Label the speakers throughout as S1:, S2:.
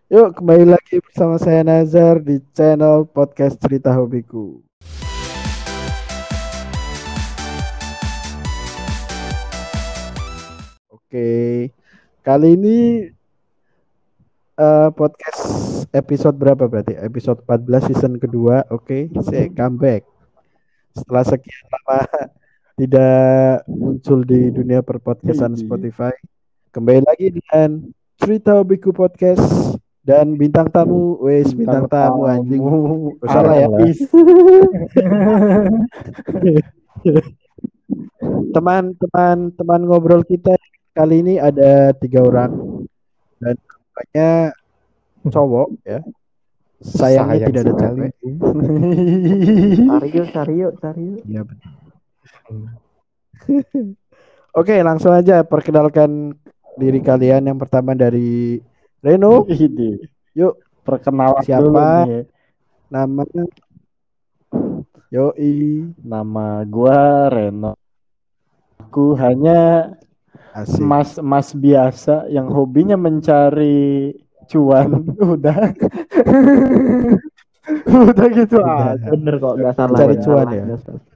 S1: Yuk kembali lagi bersama saya Nazar di channel podcast Cerita Hobiku. Oke, kali ini podcast episode berapa berarti? Episode 14 season kedua. Oke, saya comeback. Setelah sekian lama tidak muncul di dunia perpodcastan
S2: Iya.
S1: Spotify. Kembali lagi dengan Cerita Hobiku Podcast dan bintang tamu, wes
S2: Bintang
S1: bintang tamu
S2: tamu
S1: anjing. Gak salah ya.
S2: artis.
S1: Teman-teman ngobrol kita kali ini ada 3 orang dan banyak cowok ya. Sayangnya
S3: Sayang
S1: tidak ada
S3: sekali.
S1: cewek.
S3: Sario.
S1: Iya betul. Oke, langsung aja perkenalkan diri kalian. Yang pertama dari Reno.
S2: Ini
S1: Yuk,
S2: perkenalan dulu
S1: siapa
S2: nih.
S1: namanya? Yoi,
S2: Nama gua Reno. Aku hanya
S1: asik.
S2: mas biasa yang hobinya mencari cuan. Udah. Udah gitu
S1: Udah.
S2: aja.
S3: Bener kok, nggak salah.
S1: Cari
S3: nggak
S1: cuan
S3: salah,
S1: ya.
S3: nggak salah.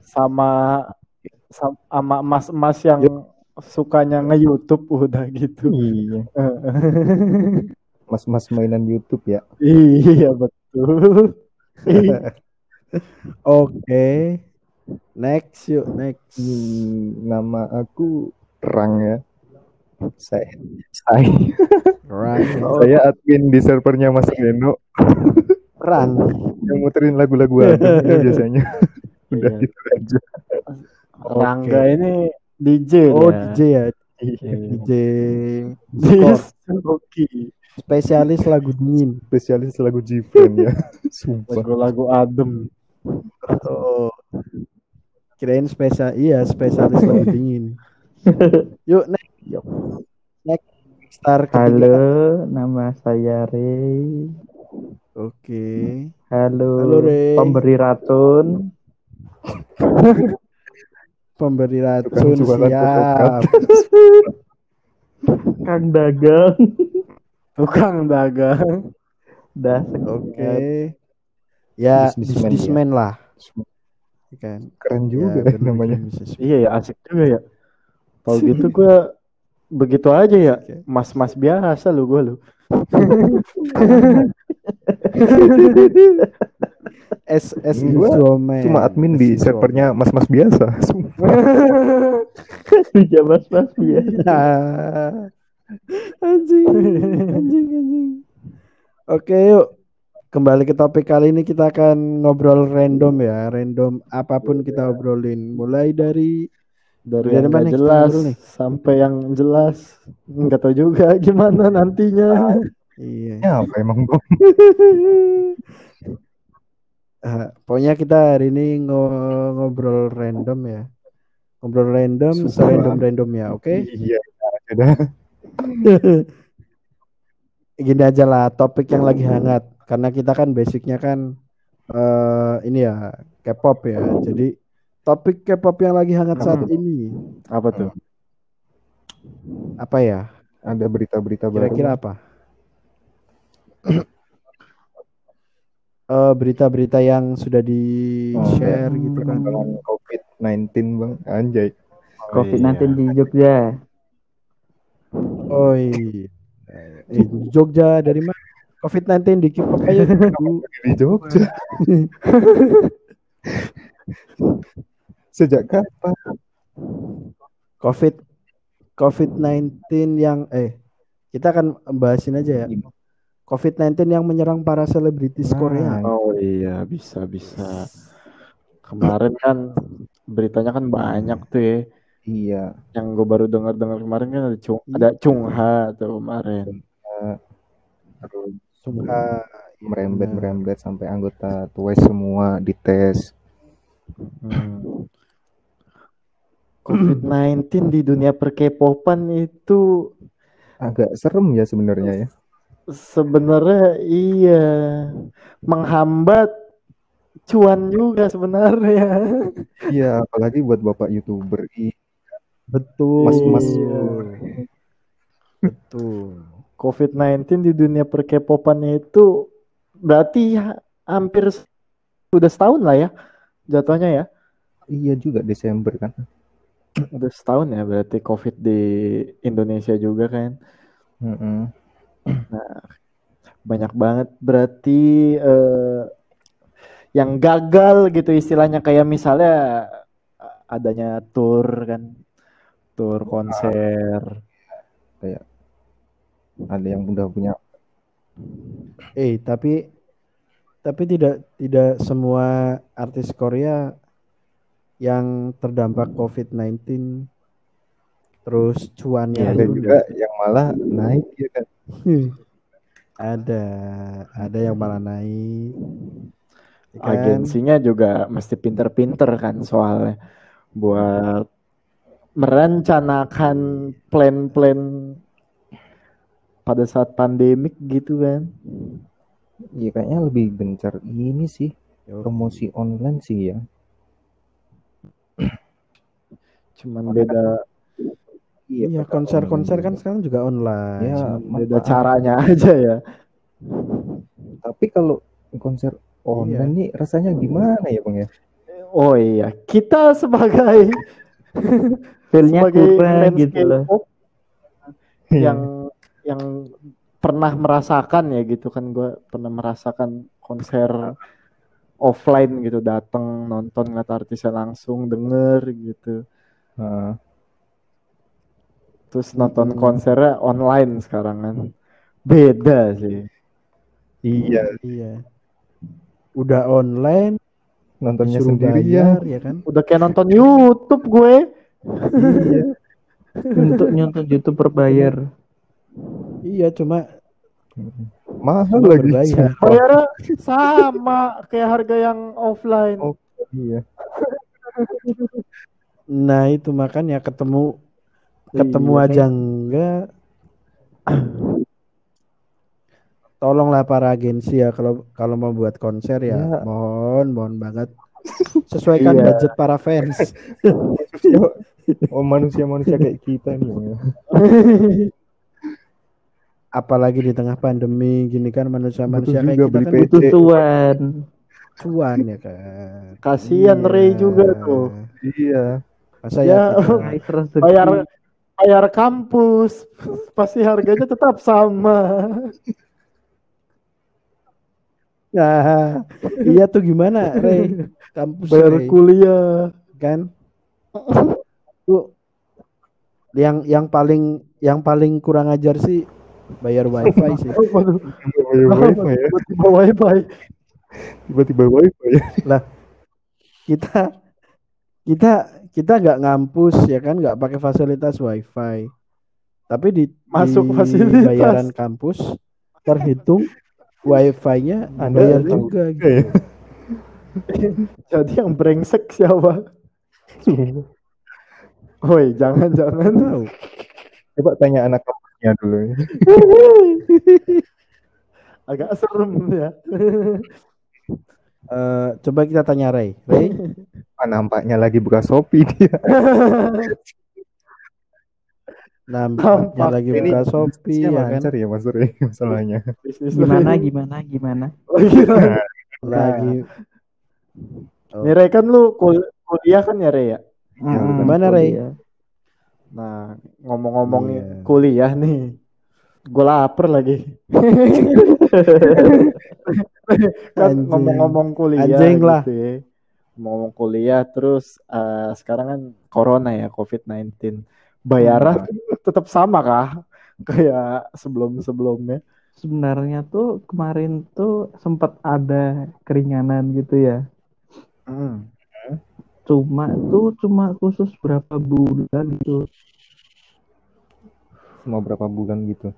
S2: Sama mas yang
S1: Yuk.
S2: sukanya nge-YouTube udah gitu.
S3: Iya. Mas mainan YouTube ya.
S2: Iya betul.
S1: Oke. Next yuk, next.
S3: Nama aku Rang ya. Saya
S1: Right.
S3: saya admin di servernya Mas Reno
S1: Rang.
S3: yang muterin lagu-lagu Adem ini biasanya. Udah
S2: Iya.
S3: gitu aja.
S2: Rangga ini DJ
S1: Oh,
S2: dia.
S1: DJ ya.
S2: Iya.
S1: DJ
S2: Dia
S1: Skor.
S2: Oke.
S1: Spesialis lagu dingin.
S3: Spesialis lagu G-Friend ya. Sumpah.
S2: Lagu-lagu adem.
S1: Oh. Kirain spesialis lagu dingin. Yuk, next. Next. Star ketiga.
S4: Halo, nama saya Ray.
S1: Oke.
S4: Halo,
S1: Halo, Ray.
S4: pemberi racun.
S1: Pemberi racun
S3: Tukang jualan
S1: siap.
S4: Kang dagang.
S2: Tukang dagang.
S4: Dah
S1: Oke. Ya,
S3: Businessman,
S1: businessman lah. Kan.
S3: Keren juga
S1: Ya,
S3: namanya.
S1: businessman.
S2: Iya ya, asik juga ya. Kalau gitu gue begitu aja ya.
S1: Oke.
S2: Mas-mas biasa lu gue lu.
S1: SS
S3: Gua
S1: Instrument.
S3: Cuma admin di servernya mas-mas biasa. Sumpah.
S4: Bija mas ya.
S1: Anjing. Oke, yuk. Kembali ke topik kali ini, kita akan ngobrol random ya. Random apapun kita obrolin. Mulai dari
S2: yang
S1: mana
S2: nggak
S1: kita
S2: jelas
S1: ngobrol nih?
S2: sampai yang jelas. Nggak tahu juga gimana nantinya.
S1: Iya.
S3: Ya apa emang Bang?
S1: Pokoknya kita hari ini ngobrol random ya. Ngobrol random, serandom ya, oke?
S3: Iya, ada.
S1: Gini aja lah, topik yang lagi hangat. Karena kita kan basicnya kan ini ya, K-pop ya. Jadi topik K-pop yang lagi hangat saat ini.
S2: Apa tuh?
S1: Apa ya?
S3: Ada berita-berita baru.
S1: Kira-kira apa? Berita-berita yang sudah di-share gitu kan.
S3: Pengembangan COVID-19 Bang, anjay.
S4: COVID-19 di Jogja.
S1: Oh iya. Jogja dari mana? COVID-19 di K-pop aja.
S3: Di Jogja. Sejak kapan?
S1: COVID-19 yang kita akan bahasin aja ya. COVID-19 yang menyerang para selebritis Korea.
S2: Oh iya, bisa. Kemarin kan beritanya kan banyak tuh ya.
S3: Iya.
S2: Yang gue baru dengar kemarin kan ada Chungha tuh kemarin.
S3: Terus
S1: Suka
S3: merembet sampai anggota Twice semua dites.
S2: COVID-19 di dunia per-K-popan itu
S3: agak serem ya sebenarnya ya.
S2: Sebenarnya iya, menghambat cuan juga sebenarnya.
S3: Iya, apalagi buat bapak YouTuber.
S1: Betul.
S3: Mas-mas.
S1: Betul.
S2: COVID-19 di dunia per-K-popannya itu berarti hampir udah setahun lah ya jatuhnya ya.
S3: Iya juga Desember kan.
S2: Udah setahun ya berarti COVID di Indonesia juga kan.
S3: Mm-mm.
S2: Banyak banget berarti yang gagal gitu istilahnya, kayak misalnya adanya tour kan, tour konser.
S3: Kayak ada yang udah punya.
S1: Tapi tidak semua artis Korea yang terdampak COVID-19 terus cuannya
S2: Iya,
S3: Ada
S1: turun
S3: juga
S1: ya.
S3: yang malah naik ya kan.
S1: Ada yang malah naik. Ya kan?
S2: Agensinya juga mesti pinter-pinter kan soalnya buat merencanakan plan-plan pada saat pandemik gitu kan.
S3: Iya kayaknya lebih gencar ini sih promosi online sih ya.
S2: Cuman beda
S1: Iya, konser-konser kan sekarang juga online.
S3: Ya,
S2: cuman beda
S3: manfaat.
S2: caranya aja ya.
S3: Tapi kalau konser online nih rasanya gimana ya Bang ya?
S2: Oh iya, kita sebagai
S4: Feel-nya
S2: sebagai
S4: kurang
S2: fans
S4: gitu loh.
S2: K-pop yang pernah merasakan ya gitu kan, gue pernah merasakan konser offline gitu, datang nonton ngeliat artisnya langsung, denger gitu.
S3: Nah,
S2: Terus nonton konsernya online sekarang kan, beda sih.
S3: iya,
S1: Udah online,
S3: nontonnya
S1: disuruh
S3: sendirian.
S1: bayar ya kan.
S2: Udah kayak nonton YouTube gue.
S3: Iya.
S4: Untuk nyonton YouTube berbayar.
S1: Iya, cuma
S3: Mahal
S1: cuma
S3: lagi.
S1: berbayar.
S2: Bayarnya sama kayak harga yang offline.
S3: Oh, iya.
S1: Nah, itu makanya ketemu
S2: Iya,
S1: aja enggak. Tolonglah para agensi ya, kalau mau buat konser ya,
S3: Ya.
S1: mohon banget sesuaikan
S2: Iya.
S1: budget para fans.
S3: Oh, manusia-manusia kayak kita nih Bang ya.
S1: Apalagi di tengah pandemi gini kan, manusia-manusia
S3: Butuh
S1: kayak
S3: juga
S1: kita
S3: beli
S1: kan
S3: PC.
S1: butuh
S4: Tuan.
S1: cuan ya kan.
S2: Kasihan
S1: Iya.
S2: Ray juga tuh.
S3: Iya.
S1: Masa
S2: Ya,
S1: ya kita
S4: Ngais rezeki.
S2: bayar kampus pasti harganya tetap sama.
S1: Nah, iya tuh gimana, Ray? Kampus
S2: Bayar
S1: Ray,
S2: kuliah.
S1: kan? Tuh yang paling kurang ajar sih bayar wifi sih.
S2: Waduh,
S3: Tiba-tiba wifi ya.
S2: tiba-tiba wifi.
S3: Tiba-tiba wifi ya.
S1: Lah, kita nggak ngampus ya kan, nggak pakai fasilitas wifi. Tapi di
S2: Masuk
S1: di
S2: fasilitas.
S1: bayaran kampus terhitung wifi-nya
S3: Anda
S1: bayar
S3: tahu
S1: juga
S3: juga
S1: gitu.
S3: ya?
S2: Jadi yang brengsek siapa? Woi, jangan.
S1: Tahu.
S3: Coba tanya anak kampusnya dulu ya.
S2: Agak serem ya.
S1: Coba kita tanya Ray. Ray,
S3: Nampaknya lagi buka Shopee dia.
S1: nampaknya lagi
S3: Ini
S1: buka Shopee
S3: bisnisnya
S1: ya kan.
S3: lancar ya Mas Ray masalahnya.
S2: Bisnis
S4: Gimana?
S2: Oh, iya.
S1: Lagi
S2: Nih Ray, kan lu kuliah kan ya Ray ya?
S1: Gimana, Ray?
S2: Nah, ngomong-ngomong
S1: Iya.
S2: kuliah nih, gue lapar lagi. Kan
S1: Anjing.
S2: ngomong-ngomong kuliah
S1: Anjing lah.
S2: gitu ya. Ngomong kuliah terus sekarang kan corona ya, COVID-19. Bayaran tetap sama kah kayak sebelum-sebelumnya?
S4: Sebenarnya tuh kemarin tuh sempat ada keringanan gitu ya. Cuma khusus berapa bulan gitu.
S3: Cuma berapa bulan gitu.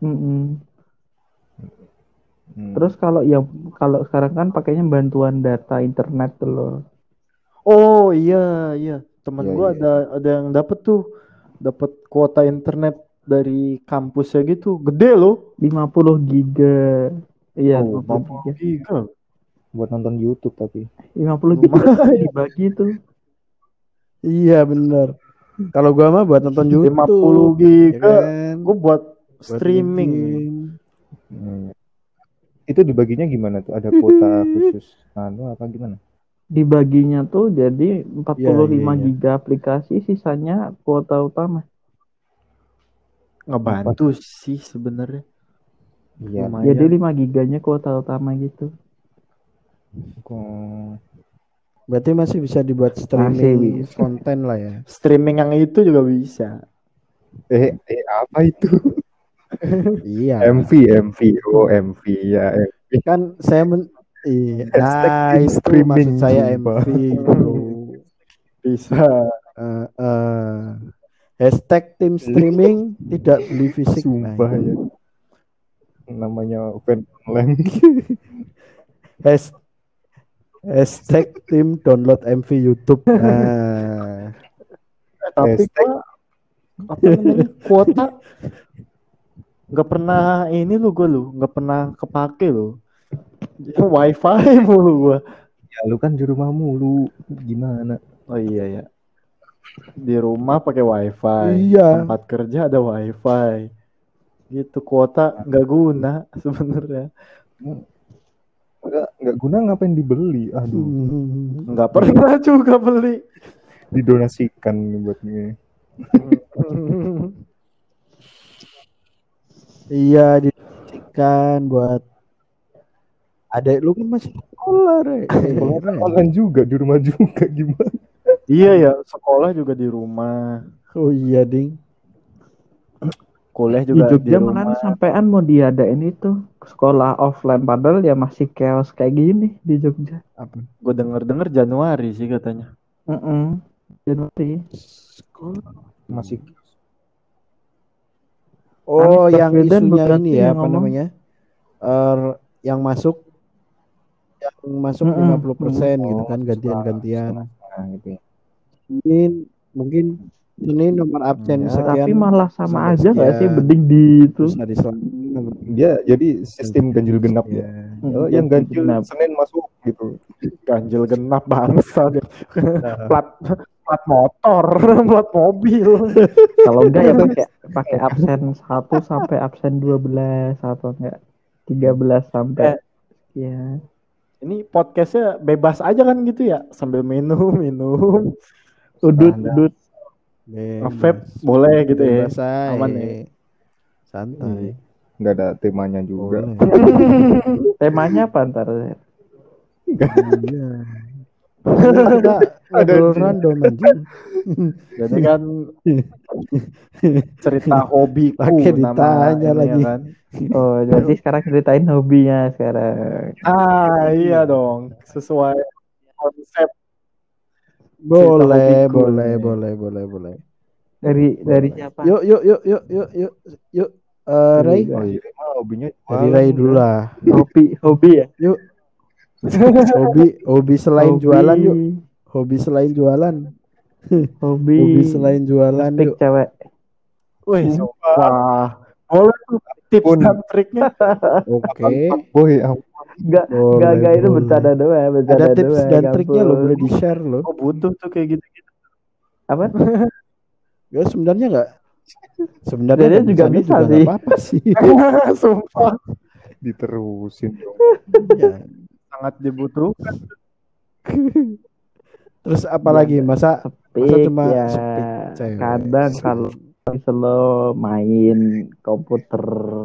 S4: Terus kalau sekarang kan pakainya bantuan data internet tuh loh.
S2: Oh iya. Temen
S3: Iya,
S2: gue
S3: iya.
S2: ada yang dapat kuota internet dari kampusnya gitu, gede loh.
S4: 50 giga. Iya,
S2: Oh,
S4: 50 giga.
S3: Buat nonton YouTube tapi.
S4: 50 giga dibagi tuh.
S1: Iya bener. Kalau gua mah buat nonton YouTube.
S2: 50 giga,
S1: ya kan?
S2: gue buat
S1: Buat
S2: streaming.
S1: nge-game.
S3: Itu dibaginya gimana tuh? Ada kuota khusus apa gimana?
S4: Dibaginya tuh jadi 45
S1: iya.
S4: giga aplikasi, sisanya kuota utama.
S2: Ngebantu sih sebenarnya.
S3: Iya.
S2: Lumayan.
S4: Jadi 5 giganya kuota utama gitu.
S1: Berarti masih bisa dibuat
S4: Masih
S1: streaming
S4: bisa.
S1: konten lah ya.
S2: Streaming yang itu juga bisa.
S3: Apa itu?
S1: Iya.
S3: MV MV ya. MV.
S1: Kan saya
S3: Hashtag tim
S1: itu
S3: streaming,
S1: maksud saya
S3: sumpah.
S1: MV bro.
S2: Bisa.
S1: Hashtag tim streaming tidak beli fisik.
S3: Sumpah
S1: Nah,
S3: ya. Namanya fan online.
S1: Hashtag tim download MV YouTube. Nah,
S2: Tapi
S3: Hashtag.
S2: gua apa namanya kuota nggak pernah ini gue nggak pernah kepake lo. Wifi mulu gua.
S3: Ya lu kan di rumah mulu, gimana?
S2: Oh iya ya. Di rumah pakai wifi.
S1: Iya.
S2: Tempat kerja ada wifi. Gitu kuota nggak guna sebenarnya.
S3: Nggak guna, ngapain dibeli? Aduh,
S2: Nggak pernah juga beli.
S3: didonasikan buat ini.
S1: Iya, didonasikan buat adek lu kan masih sekolah, Re.
S3: Online juga di rumah juga, gimana?
S2: Iya ya, sekolah juga di rumah.
S1: Oh iya, Ding.
S2: Kuliah
S4: Di
S2: juga di
S4: Jogja
S2: rumah.
S4: malah sampean mau diadain itu sekolah offline, padahal ya masih chaos kayak gini di Jogja.
S1: Apa?
S2: Gue denger Januari sih katanya.
S4: Januari.
S1: Sekolah.
S3: Masih
S1: Oh,
S4: Anies
S1: yang
S4: Baswedan
S1: isunya
S4: berarti
S1: ini ya,
S4: yang
S1: apa
S4: ngomong.
S1: namanya? Yang masuk 50% gitu kan, gantian-gantian.
S3: gitu ya.
S1: Mungkin ini nomor absen
S2: Ya,
S1: sekian.
S4: Tapi malah sama
S1: sampai
S4: aja nggak sih,
S1: sekian.
S4: mending di itu.
S1: Terus hari Selasa.
S3: Dia jadi sistem ganjil genap ya. Oh, yang ganjil
S4: genap.
S3: Senin masuk gitu.
S2: ganjil genap bangsa. Plat motor, plat mobil.
S4: Kalau enggak ya pakai absen 1 sampai absen 12 atau enggak 13 sampai ya.
S2: Ini podcastnya bebas aja kan gitu ya, sambil minum.
S4: Udut.
S2: Nge-vape boleh gitu ya.
S1: Bebas aja.
S2: Aman ya.
S1: Santai.
S3: Nggak ada temanya juga.
S1: Boleh.
S4: Temanya apa ntar?
S1: Iya. Kita ngobrol random anjing.
S2: Jadi kan cerita hobiku
S1: Pakai
S2: nama
S1: ditanya
S2: ini
S1: lagi.
S2: ya kan.
S4: Oh, jadi sekarang ceritain hobinya sekarang.
S2: Iya dong, sesuai konsep.
S1: Boleh,
S2: hobiku
S1: boleh.
S4: Dari siapa?
S1: Yuk. Ray.
S3: Oh iya, hobinya
S1: Dari Ray dulu lah.
S4: Hobi ya?
S1: Yuk. Hobi selain jualan yuk. Hobi selain jualan. Hobi selain jualan
S4: nge-pick
S1: yuk.
S4: cewek.
S2: Wih, wah. Boleh tuh tips dan triknya.
S1: Oke.
S3: Boy,
S4: Enggak itu bercanda doang,
S1: Ada tips dan triknya lo, boleh di-share lo.
S2: Oh, butuh tuh kayak gitu-gitu.
S4: Apa?
S1: Ya sebenarnya
S4: juga bisa
S1: nggak
S4: sih.
S1: apa-apa sih.
S2: Sumpah.
S3: diterusin dong.
S1: Ya.
S2: Sangat dibutuhkan.
S1: Terus apa lagi? Masa cuma
S4: ya,
S1: speak cewek.
S4: kadang kalau selo main komputer,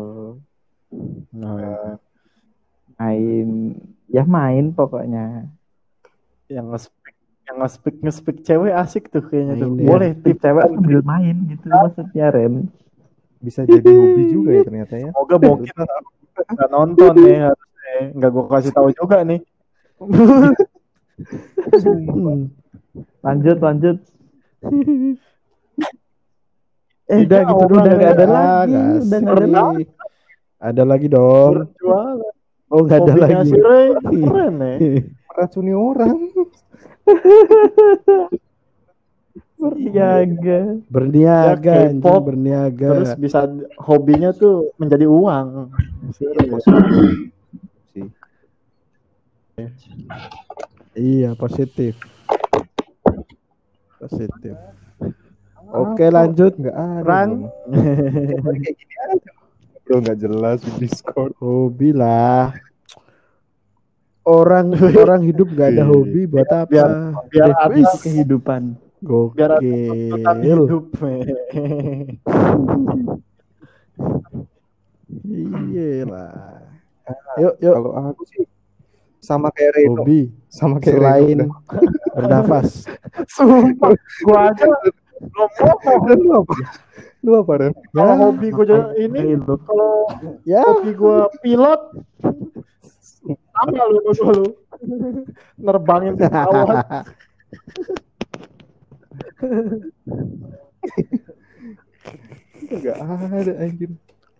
S4: main pokoknya.
S2: Yang nge-speak cewek asik tuh kayaknya tuh.
S1: Ini
S2: Boleh
S4: Pick
S2: tips
S4: cewek sambil main gitu maksudnya, Ren.
S3: Bisa jadi hobi juga ya ternyata ya.
S2: Semoga Bokit nggak nonton nih harusnya. Nggak gue kasih tahu juga nih.
S4: Lanjut.
S1: Udah gitu dulu
S4: udah
S1: dari
S4: nggak ada lagi. Udah nggak ada lagi.
S1: Ada lagi dong.
S2: Berjualan.
S1: Oh, nggak ada
S2: Hobinya
S1: lagi.
S2: si Ray keren ya.
S3: Meracuni orang.
S1: Berniaga,
S2: Ya,
S1: anjing,
S2: K-pop.
S1: berniaga.
S2: Terus bisa hobinya tuh menjadi uang. Si Ray.
S3: Sih.
S1: Iya, positif. Oke, lanjut.
S3: Nggak ada.
S2: Rang.
S3: Kayak gini aja. ngobrol nggak jelas di Discord.
S1: Hobi lah. Orang hidup nggak ada hobi buat apa?
S2: biar ada
S4: Definisi kehidupan.
S2: biar ada tuntutan
S1: Gokil.
S2: hidup.
S1: Iya lah. Yuk.
S3: Kalau aku sih sama kayak Reno,
S1: Hobi
S3: sama kayak
S1: selain
S3: Reno.
S1: bernafas.
S2: Sumpah, gua aja belum ngomong.
S3: Dan lu apa Ren?
S2: Kalau
S1: Ya,
S2: hobi gua ini,
S4: Itu
S2: kalau
S1: ya.
S2: hobi gua pilot, sama lu dulu nerbangin pesawat.
S3: Nggak ada anjir.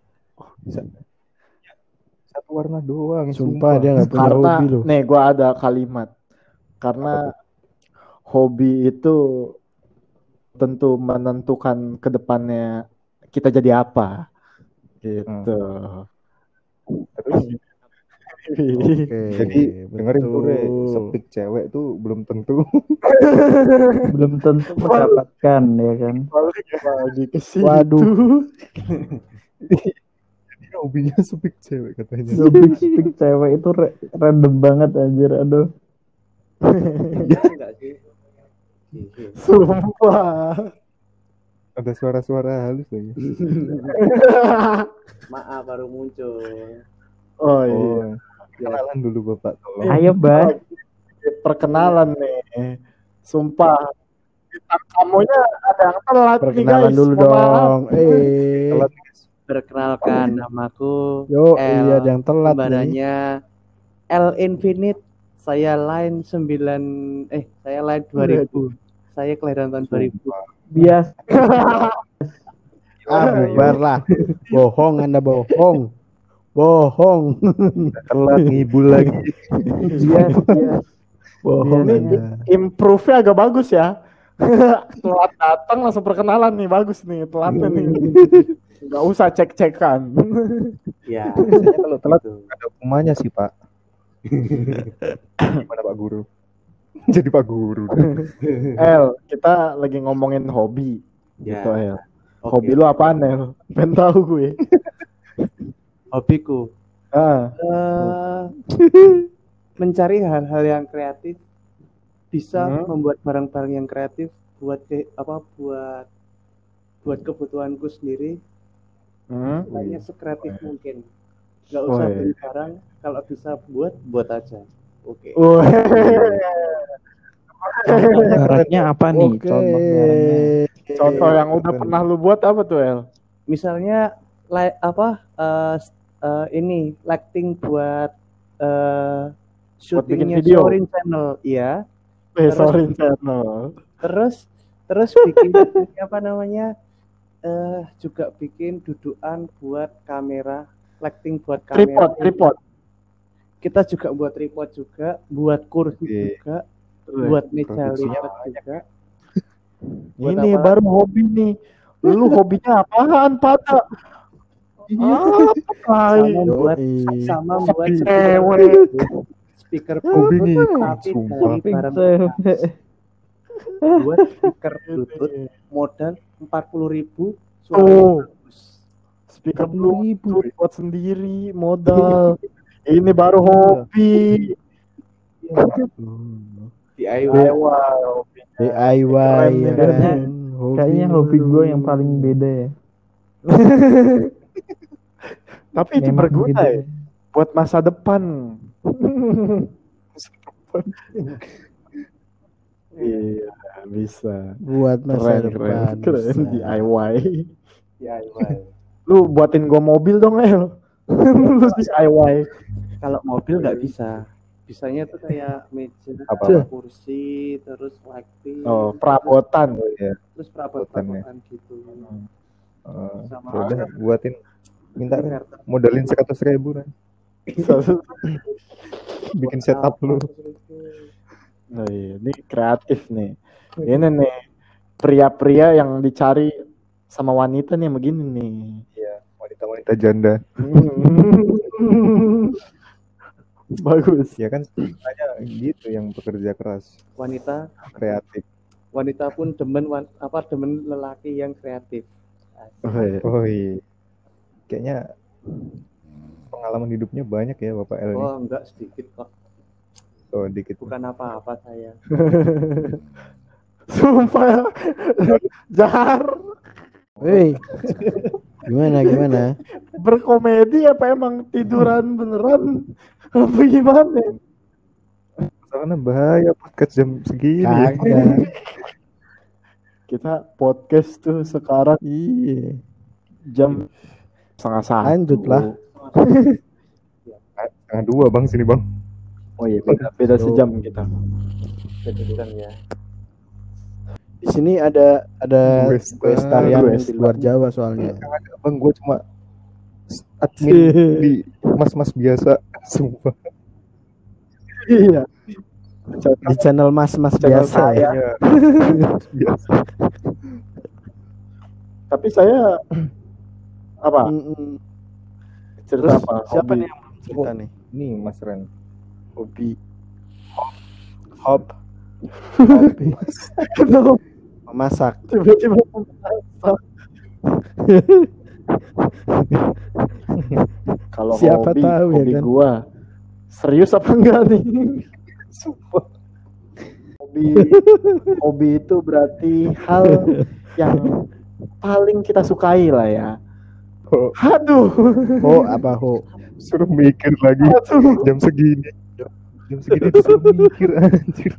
S3: Satu warna doang.
S1: Sumpah dia nggak punya
S2: Karena
S1: hobi loh.
S2: nih gua ada kalimat, karena hobi itu tentu menentukan kedepannya kita jadi apa gitu.
S3: Terus
S1: Oke.
S3: jadi dengerin tuh Re,
S1: betul.
S3: sepik cewek tuh belum tentu.
S4: belum tentu mendapatkan ya kan.
S2: Balik lagi ke situ.
S1: Waduh.
S3: Jadi hobinya sepik cewek katanya.
S4: Speak cewek itu random banget anjir, aduh.
S5: Enggak sih.
S2: Sumpah.
S3: Ada suara-suara halus lagi.
S5: Maaf baru muncul.
S2: Oh iya.
S3: Oh, kenalan dulu Bapak tolong.
S4: Ayo, Bah.
S2: Perkenalan nih. Sumpah. Bintang tamunya ada yang telat nih
S1: Perkenalan
S2: guys.
S1: dulu
S2: Mohon maaf.
S1: dong.
S3: Telat, guys.
S5: Perkenalkan namaku
S1: Yo,
S5: L.
S1: iya ada yang telat nih.
S5: Kembarannya L Infinite. Saya line 2000. Saya kelahiran tahun 2000.
S4: Bias.
S1: Bubar lah. Bohong Anda bohong. Bohong.
S3: Telat ngibul lagi.
S4: Bias.
S1: Bohong
S4: Iya,
S1: Anda.
S2: Improve-nya agak bagus ya. Telat datang langsung perkenalan nih, bagus nih telatnya nih. Nggak usah cek-cekan.
S5: Ya.
S3: Biasanya kalau telat
S5: Gitu.
S3: ada hukumannya sih Pak. Gimana Pak Guru? Jadi Pak Guru.
S2: El, kita lagi ngomongin hobi.
S5: Ya.
S2: Gitu, El.
S5: Oke.
S2: Hobi lu apaan, El? Pengen tahu gue.
S5: Hobiku
S2: Ah,
S5: mencari hal-hal yang kreatif, bisa
S2: Hmm.
S5: membuat barang-barang yang kreatif buat buat kebutuhanku sendiri. Lainnya sekreatif mungkin. Nggak usah
S2: Woi.
S5: beli barang, kalau bisa buat aja. Oke.
S2: Wah.
S4: Baratnya apa nih?
S1: Oke.
S4: Contoh barangnya.
S2: Contoh yang udah pernah lu buat apa tuh, El?
S5: Misalnya ini lighting buat syutingnya
S2: video.
S5: Shorin Channel, iya.
S2: Sorry, channel.
S5: Terus bikin apa namanya? Juga bikin dudukan buat kamera, lighting buat kamera.
S2: Tripod.
S5: Kita juga buat tripod juga, buat kursi
S3: Oke.
S5: juga, buat meja
S3: Produksinya
S5: lipat juga.
S2: Ini
S5: Buat apa?
S2: baru hobi nih. Lu hobinya apaan, Pada? Apa?
S5: Sama buat
S2: Cewek.
S5: speaker
S3: Hobi
S5: Bluetooth,
S3: ngikut,
S5: tapi
S3: sumpah.
S5: dari
S4: Speak
S5: barang
S4: cewek.
S5: bekas. Buat speaker Bluetooth modal 40.000, suaranya
S2: Oh.
S5: bagus.
S2: Speaker Bluetooth buat sendiri, modal. Ini baru hobi.
S5: DIY.
S2: Wow.
S1: DIY ya
S2: Keren
S1: kan.
S4: Kayaknya hobi gue yang paling beda ya.
S2: Tapi itu
S4: Memang
S2: berguna
S4: beda.
S2: ya buat masa depan. Iya, bisa.
S1: Buat masa
S2: Keren,
S1: depan.
S2: keren
S1: bisa.
S2: DIY.
S5: DIY.
S2: Lu buatin gua mobil dong, El. Lu DIY.
S5: Kalau mobil nggak bisa. Bisanya tuh kayak meja,
S3: Apa?
S5: kursi, terus lighting,
S2: Oh, perabotan.
S5: terus perabotan gitu. Sama
S3: Udah buatin, minta Ren. Modalin 100.000 Ren. Bikin setup lu.
S2: Nah, iya, ini kreatif nih. Ini nih pria-pria yang dicari sama wanita nih yang begini nih.
S3: Iya, wanita-wanita janda.
S2: Bagus.
S3: Ya kan sebenarnya gitu yang bekerja keras,
S5: wanita
S3: kreatif.
S5: pun demen lelaki yang kreatif.
S2: Oh, iya.
S3: Oh iya. Kayaknya Pengalaman hidupnya banyak ya Bapak El nih.
S5: Oh, enggak, sedikit kok.
S3: Oh, dikit.
S5: Bukan apa-apa saya.
S2: Sumpah. Jar,
S1: Woi, gimana?
S2: berkomedi apa emang tiduran beneran? Apa gimana?
S3: Soalnya bahaya podcast jam segini. Ya.
S1: Kagak.
S2: Kita podcast tuh sekarang
S1: Iya.
S2: jam 1:30.
S1: Lanjut lah.
S3: Setengah 2 Bang sini Bang.
S2: Oh iya, beda sejam kita.
S5: Kedudukan ya.
S1: Di sini ada
S3: Gue
S1: tarian
S2: Gue
S1: di luar Jawa soalnya.
S3: Bang, gue cuma admin di mas-mas biasa, sumpah.
S2: Iya.
S1: Di channel mas-mas
S2: Channel
S1: biasa
S2: saya.
S1: ya.
S3: Ya, biasa.
S2: Tapi saya apa?
S1: Mm-mm.
S2: Cerita
S1: Terus
S2: apa?
S1: siapa
S2: Hobi.
S1: nih yang mau cerita nih?
S3: Nih Mas Ren.
S1: Hobi. Hobi.
S2: Kenapa
S1: Memasak.
S2: tiba-tiba memasak? Kalau
S1: Siapa
S2: hobi,
S1: tahu ya
S2: hobi
S1: kan?
S2: gua serius apa enggak nih?
S3: Sumpah.
S2: Hobi itu berarti hal yang paling kita sukai lah ya.
S3: Oh,
S2: Aduh.
S1: Ho apa ho?
S3: suruh mikir lagi
S2: Aduh.
S3: jam segini. Jam segini disuruh mikir anjir.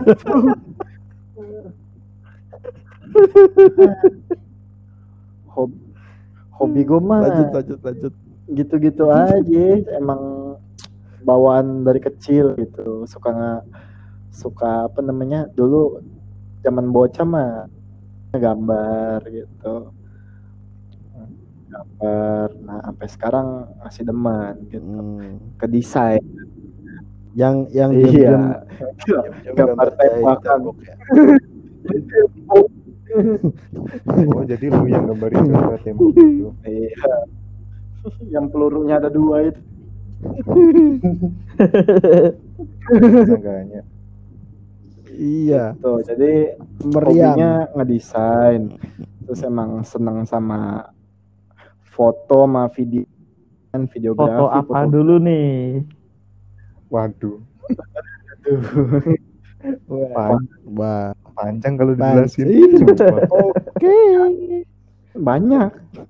S2: Hobi gue mah
S1: Lanjut.
S2: gitu-gitu aja, emang bawaan dari kecil gitu. Suka apa namanya, dulu zaman bocah mah gambar gitu, nah sampai sekarang masih demen gitu ke desain.
S1: Yang
S2: Iya,
S1: diam-diam
S2: gambar tembakan.
S1: tembok ya.
S3: Oh, jadi lu yang gambarin gambar tembok itu.
S2: Iya, yang pelurunya ada 2 itu.
S3: Sangkanya.
S1: Iya,
S2: Tuh, jadi
S1: meriam.
S2: hobinya ngedesain, terus emang seneng sama foto sama videografi.
S4: Foto apa dulu nih?
S3: Waduh,
S2: Wah,
S1: Wah,
S3: panjang kalau dijelasin.
S1: Panjang.
S3: Sumpah.
S1: oke.
S2: banyak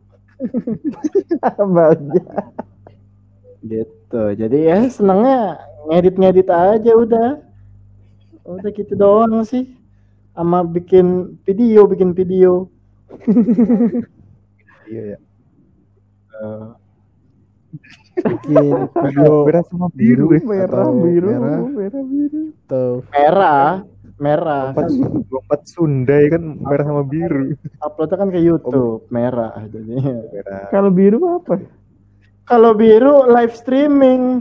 S4: Banyak.
S2: gitu. Jadi ya senengnya ngedit aja udah gitu doang sih, sama bikin video.
S3: Iya ya.
S1: Bikin video
S3: Merah sama biru.
S4: Merah
S1: atau
S4: biru.
S1: atau
S2: merah kan
S3: Lompat Sunda ya kan merah sama biru.
S2: uploadnya kan ke YouTube merah jadinya.
S3: Merah.
S4: Kalau biru apa?
S2: Kalau biru live streaming.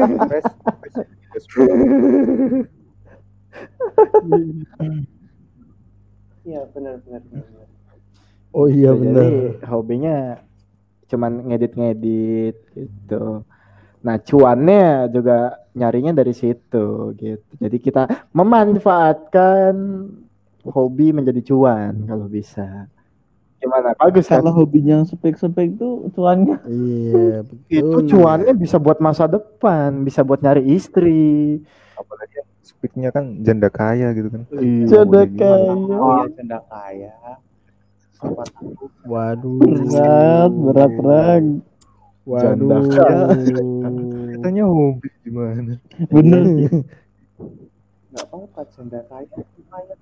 S5: Iya, benar.
S1: Oh iya
S2: Jadi
S1: benar.
S2: hobinya cuman ngedit gitu. Nah, cuannya juga nyarinya dari situ gitu. Jadi kita memanfaatkan hobi menjadi cuan kalau bisa. Gimana? Bagus kan?
S4: Kalau hobinya spek-spek tuh cuannya.
S1: Iya,
S2: Itu
S1: betul.
S2: cuannya bisa buat masa depan, bisa buat nyari istri.
S3: Apalagi yang speaknya kan janda kaya gitu kan.
S4: Janda kaya.
S5: Oh ya, janda kaya. Siapa tahu.
S1: Waduh.
S4: Berat.
S1: Waduh.
S3: Katanya hobi gimana?
S4: Bener sih.
S5: Nggak apa-apa, janda kaya. Kaya.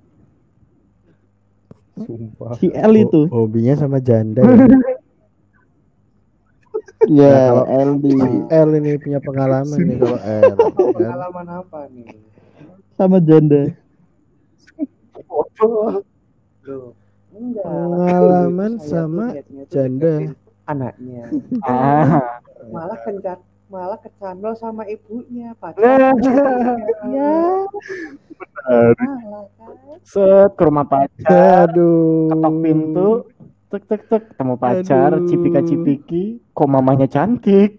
S3: Sumpah.
S4: Si L itu.
S1: Hobinya sama janda ya.
S4: Ya,
S1: kalau
S4: LD.
S1: Si L ini punya pengalaman nih kalau L. Kan?
S5: Pengalaman apa nih?
S4: Sama janda.
S5: Loh, enggak.
S1: Pengalaman
S5: Saya tuh
S1: sama
S5: niatnya tuh
S1: janda.
S5: deketin anaknya. Malah kecandol sama ibunya. Padahal ya. Malah kan.
S2: Set ke rumah pacar,
S1: Aduh.
S2: ketok pintu, tek ketemu pacar,
S1: Aduh.
S2: cipika-cipiki, kok mamanya cantik.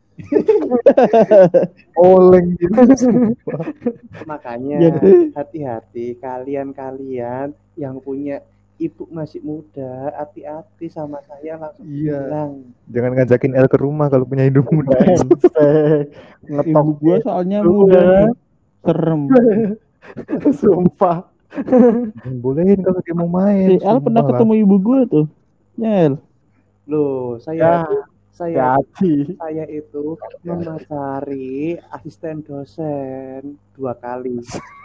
S3: Oleng gitu.
S5: Makanya
S1: Ya.
S5: hati-hati kalian yang punya ibu masih muda, hati-hati sama saya langsung
S3: Iya.
S5: bilang.
S3: Jangan ngajakin El ke rumah kalau punya hidup muda.
S2: Ngetok
S4: Ibu gua soalnya
S2: gitu
S4: muda
S2: ya.
S4: nih. Serem.
S2: Sumpah.
S3: Jangan bolehin kalau dia mau main.
S4: Si El pernah
S3: sumpah lah.
S4: ketemu ibu gua tuh. Ya El.
S5: Loh,
S2: Ya,
S5: saya
S2: hati.
S5: itu memacari asisten dosen 2 kali.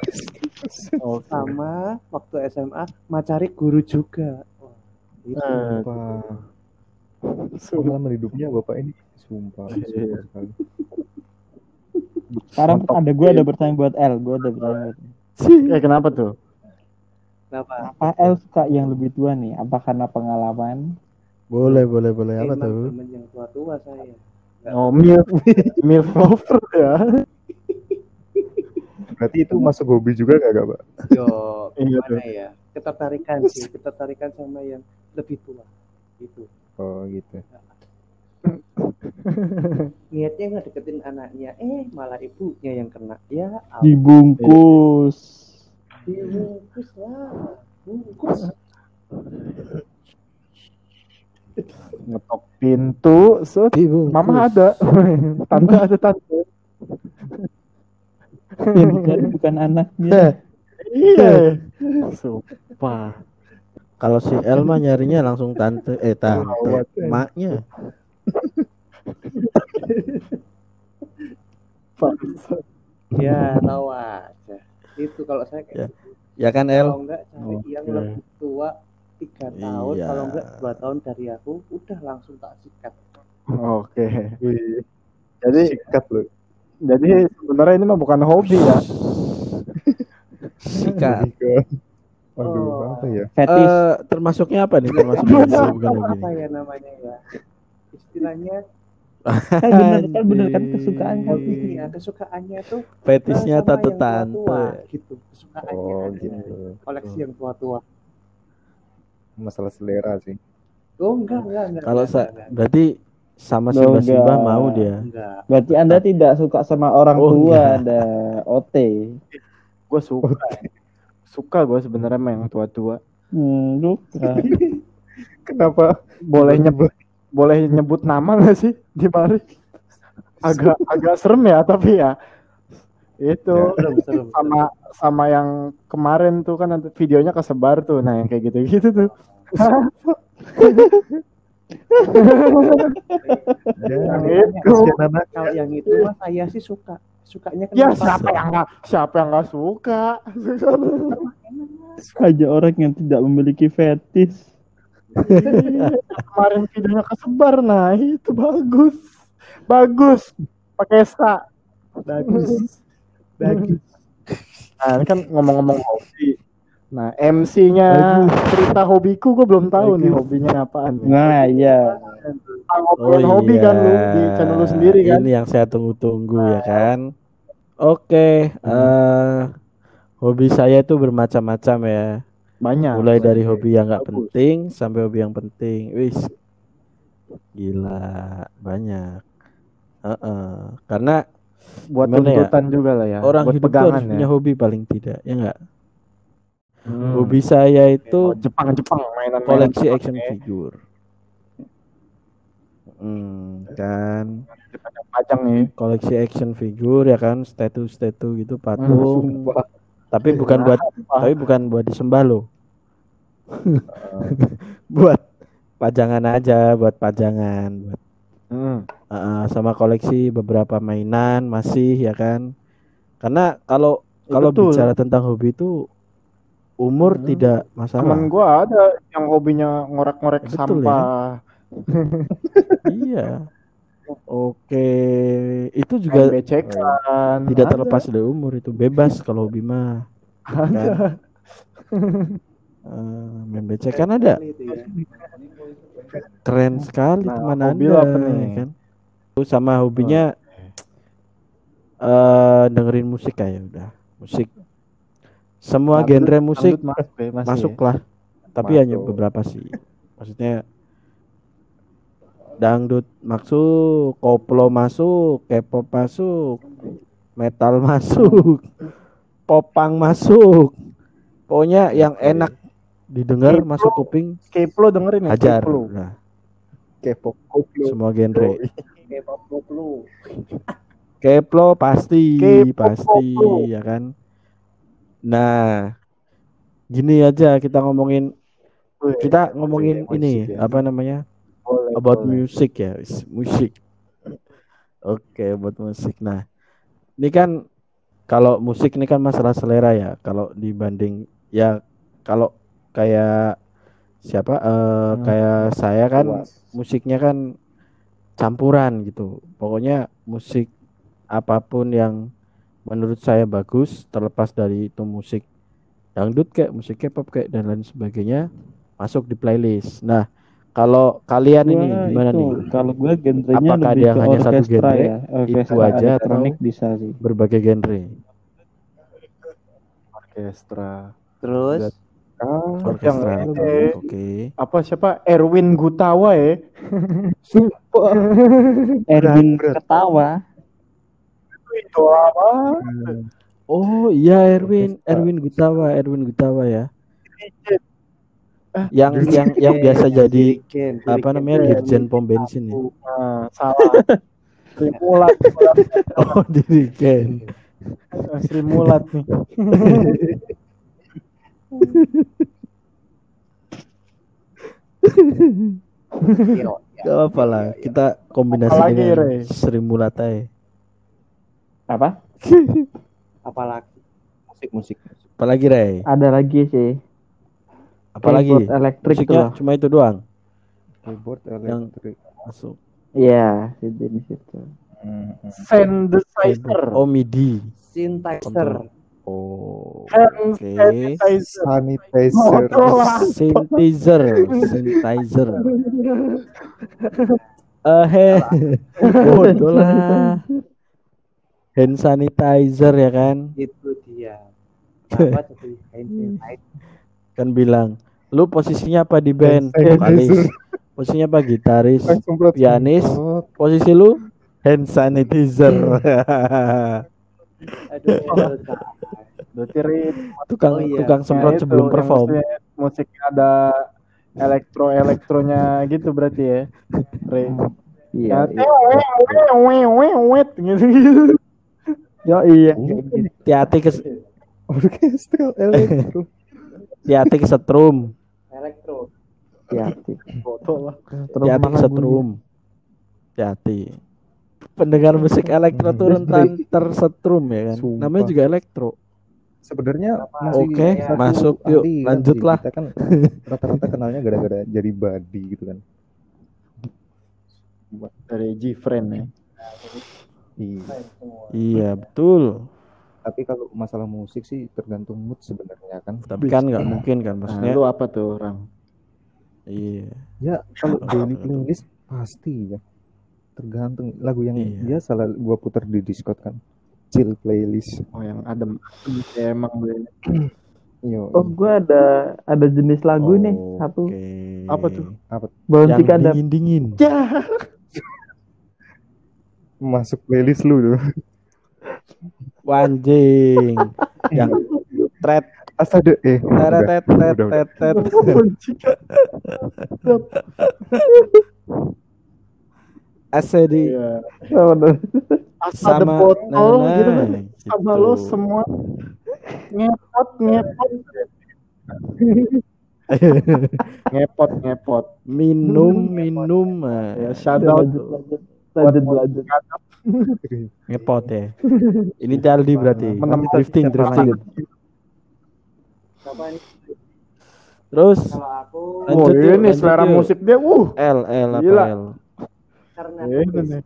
S5: Sama waktu SMA macari guru juga. Wah, itu.
S3: Sumpah. Pengalaman hidupnya bapak ini sumpah sekali.
S4: Sekarang ada gue ada bertanya buat El. Gue ada bertanya buat
S2: Kenapa tuh?
S5: Kenapa?
S4: apa El suka yang lebih tua nih? Apa karena pengalaman?
S1: Boleh. Apa
S5: Emang
S1: tuh?
S5: temen yang tua-tua saya.
S2: Oh, milf lover ya.
S3: Berarti itu masuk hobi juga nggak Pak?
S5: Yo, gimana ya? Ketertarikan sama yang lebih tua. Gitu.
S3: Oh gitu.
S5: Niatnya nggak deketin anaknya, malah ibunya yang kena. Ya,
S4: Dibungkus.
S5: dibungkus lah. Bungkus.
S2: Ngetok pintu, set.
S1: Dibungkus.
S2: Mama ada. Tante ada tante.
S4: Yang dicari bukan anaknya.
S2: Iya. Sumpah.
S1: Kalau si Elma nyarinya langsung tante, maknya.
S5: Ya, tahu aja. Itu kalau saya kayak
S1: Ya kan El?
S5: kalau enggak cari yang lebih tua 3 tahun,
S1: Iya.
S5: kalau enggak 2 tahun dari aku, udah langsung tak sikat.
S2: Oke.
S3: Wih,
S2: Jadi
S3: sikat loh.
S2: sebenarnya ini mah bukan hobi ya.
S1: Sikat.
S3: Lebih ke
S5: Oh.
S3: apa ya?
S4: Fetis.
S1: Termasuknya apa nih? Termasuknya bukan hobi
S5: Apa
S1: nih.
S5: ya namanya ya? Istilahnya
S4: Kan bener kan kesukaan kan.
S5: hobi ya, kesukaannya tuh
S1: Fetisnya
S5: sama
S1: tante
S5: yang
S1: tante.
S5: tua-tua, gitu. Kesukaannya
S3: Oh
S5: aja.
S3: gitu.
S5: Koleksi yang tua-tua.
S3: Masalah selera sih.
S5: Oh, enggak.
S1: Kalau
S5: enggak.
S1: berarti sama
S4: Oh,
S1: Simba
S4: enggak.
S1: mau dia.
S5: Enggak.
S4: Berarti Anda tidak suka sama orang
S1: Oh,
S4: tua,
S1: enggak.
S4: ada OT.
S2: Gue suka gue sebenarnya sama yang tua-tua.
S4: Suka.
S3: Kenapa?
S2: Boleh nyebut nama nggak sih di mari? Agak serem ya, tapi ya itu
S5: Serem.
S2: sama yang kemarin tuh kan nanti videonya kesebar tuh. Nah, yang kayak gitu tuh.
S5: Kalau yang itu mah saya sih suka. Sukanya
S2: Ya
S5: kenapa?
S2: siapa yang nggak suka?
S4: Aja orang yang tidak memiliki fetis.
S2: Kemarin videonya kesebar, nah itu bagus pakai sa bagus. Nah, ini kan ngomong-ngomong hobi. Nah, MC-nya cerita hobiku gue belum tahu nih hobinya apaan.
S4: Nah, iya.
S2: Hobi kan lu di channel lu sendiri kan?
S1: Ini yang saya tunggu-tunggu ya kan. Oke, hobi saya itu bermacam-macam ya.
S2: Banyak.
S1: Mulai dari hobi yang nggak penting sampai hobi yang penting. Wis, gila banyak. Karena
S2: Buat
S1: gimana ya?
S2: tuntutan juga lah ya.
S1: Orang
S2: buat
S1: hidup tuh
S2: pegangan
S1: harus punya
S2: ya.
S1: hobi paling tidak, ya nggak? Hobi saya itu
S2: Jepang mainan
S1: koleksi action figure. Kan
S2: pajang nih.
S1: koleksi action figure ya kan, statue gitu, patung. Tapi bukan buat disembah loh. Buat pajangan aja, buat pajangan, buat sama koleksi beberapa mainan masih ya kan. Karena kalau bicara tentang hobi itu umur tidak masalah.
S2: Temen gua ada yang hobinya ngorek-ngorek
S1: Betul
S2: sampah.
S1: Iya. Oke, itu juga
S2: becekan.
S1: tidak terlepas dari umur, itu bebas kalau hobi mah. Kan? Main becekan ada. Keren sekali teman Anda kan. Sama hobinya dengerin musik kayak udah. Musik. Semua genre musik masuklah. Tapi hanya beberapa sih. Maksudnya dangdut masuk, koplo masuk, K-pop masuk, metal masuk, popang masuk. Pokoknya yang enak didengar
S2: K-pop.
S1: masuk kuping
S2: Keplo dengerin ya,
S1: hajar.
S2: Keplo.
S1: Nah,
S3: K-pop.
S1: semua genre.
S5: K-pop koplo.
S1: Keplo pasti,
S2: K-pop
S1: pasti
S2: koplo.
S1: ya kan. Nah, gini aja kita ngomongin ini
S2: musik ya.
S1: apa namanya?
S2: Boleh,
S1: About
S2: boleh.
S1: music ya, musik. Oke, buat musik. Nah, ini kan kalau musik ini kan masalah selera ya. Kalau dibanding ya kalau kayak siapa kayak saya kan
S3: Luas.
S1: musiknya kan campuran gitu. Pokoknya musik apapun yang menurut saya bagus terlepas dari itu musik dangdut kayak musik K-pop kayak dan lain sebagainya masuk di playlist. Nah, kalau kalian ini
S4: Gua
S1: gimana
S4: itu
S1: nih?
S4: kalau gue genrenya
S1: Apakah
S4: lebih
S1: dia
S4: ke
S1: hanya satu
S4: orkestra
S1: genre,
S4: ya,
S1: itu
S4: orkestra
S1: aja
S4: elektronik
S1: atau
S4: bisa sih.
S1: berbagai genre?
S2: Orkestra.
S5: Terus
S1: Orkestra.
S2: yang
S1: Oke.
S2: apa siapa Erwin Gutawa ya?
S3: Sumpah.
S4: Erwin
S3: berat.
S4: ketawa.
S2: Itu apa?
S1: Oh iya Erwin
S3: Orkestra.
S1: Erwin Gutawa ya. Yang biasa jadi apa namanya dirjen pom bensin ya.
S2: Nah, salah. Sri Mulat.
S1: Oh dirigen.
S2: Sri Mulat nih.
S1: Gak apa lah, kita kombinasi
S2: Apalagi,
S1: dengan
S2: Re?
S1: Sri Mulatai.
S4: Apa?
S5: apalagi
S3: Musik.
S1: Apalagi Ray?
S4: Ada lagi sih.
S1: Apalagi?
S4: Keyboard elektrik tuh
S1: Musiknya
S4: loh.
S1: cuma itu doang
S3: Keyboard
S1: yang
S3: elektrik.
S1: masuk.
S4: Iya, sejenis itu.
S2: Synthesizer.
S1: Oh MIDI.
S5: synthesizer.
S1: Oh.
S2: Hand
S1: Oke.
S2: sanitizer.
S3: Sanitizer.
S1: Synthesizer. Bodoh lah. Hand sanitizer ya kan?
S5: Itu dia. Apa jadi hand sanitizer?
S1: Kan bilang, lu posisinya apa di band?
S3: Hand
S1: Vokalis. Posisinya apa gitaris? Pianis. Posisi lu hand sanitizer.
S5: Aduh,
S2: Berarti Rin,
S1: tukang semprot
S2: itu
S1: sebelum
S2: yang
S1: perform.
S2: musik ada elektronya gitu berarti ya. Rin.
S4: Iya.
S2: Wet gitu.
S4: Yo iya kayak gitu.
S1: Hati-hati ke
S3: Orkestra elektro.
S1: hati-hati ke setrum.
S5: elektro.
S4: Hati-hati.
S2: Foto lah.
S1: Hati-hati ke setrum. Hati-hati. Pendengar musik elektro tuh rentan tersetrum ya kan.
S3: Sumpah.
S1: Namanya juga elektro.
S3: Sebenarnya
S1: Oke,
S3: satu
S1: masuk yuk.
S3: aliran
S1: Lanjutlah.
S3: sih. Kita kan rata-rata kenalnya gara-gara jadi body gitu kan.
S2: Dari G-Friend ya.
S3: Iya.
S1: Iya, betul.
S3: Tapi kalau masalah musik sih tergantung mood sebenarnya kan.
S1: Tapi kan nggak mungkin kan
S2: Nah,
S1: maksudnya.
S2: lu apa tuh orang?
S1: Iya.
S3: Ya kalau daily playlist pasti ya. Tergantung lagu yang
S1: Iya.
S3: biasa lah gua putar di Discord kan. Chill playlist.
S2: Oh yang adem ya, emang gue.
S3: Yo.
S4: Oh, gue ada jenis lagu nih satu.
S1: Oke.
S2: Apa tuh?
S4: Bounty
S1: Yang
S4: Kadam.
S1: dingin-dingin.
S2: Ya.
S3: Masuk playlist lu tuh.
S1: Wanjing. Yang thread
S3: Asade
S1: tet. ACD
S2: Iya.
S1: sama
S2: Ada botol gitu kan.
S1: gitu.
S2: Sama lo semua ngepot. ngepot.
S1: minum
S2: Ya shout out
S4: Lanjut.
S1: ngepot ya. Ini Daldi berarti. Drifting.
S5: Siapa ini?
S1: Terus
S5: Kalau aku
S2: Oh ini selera musik dia
S1: L apa
S2: Gila.
S1: L?
S5: karena
S2: Ini
S5: aku
S2: nih.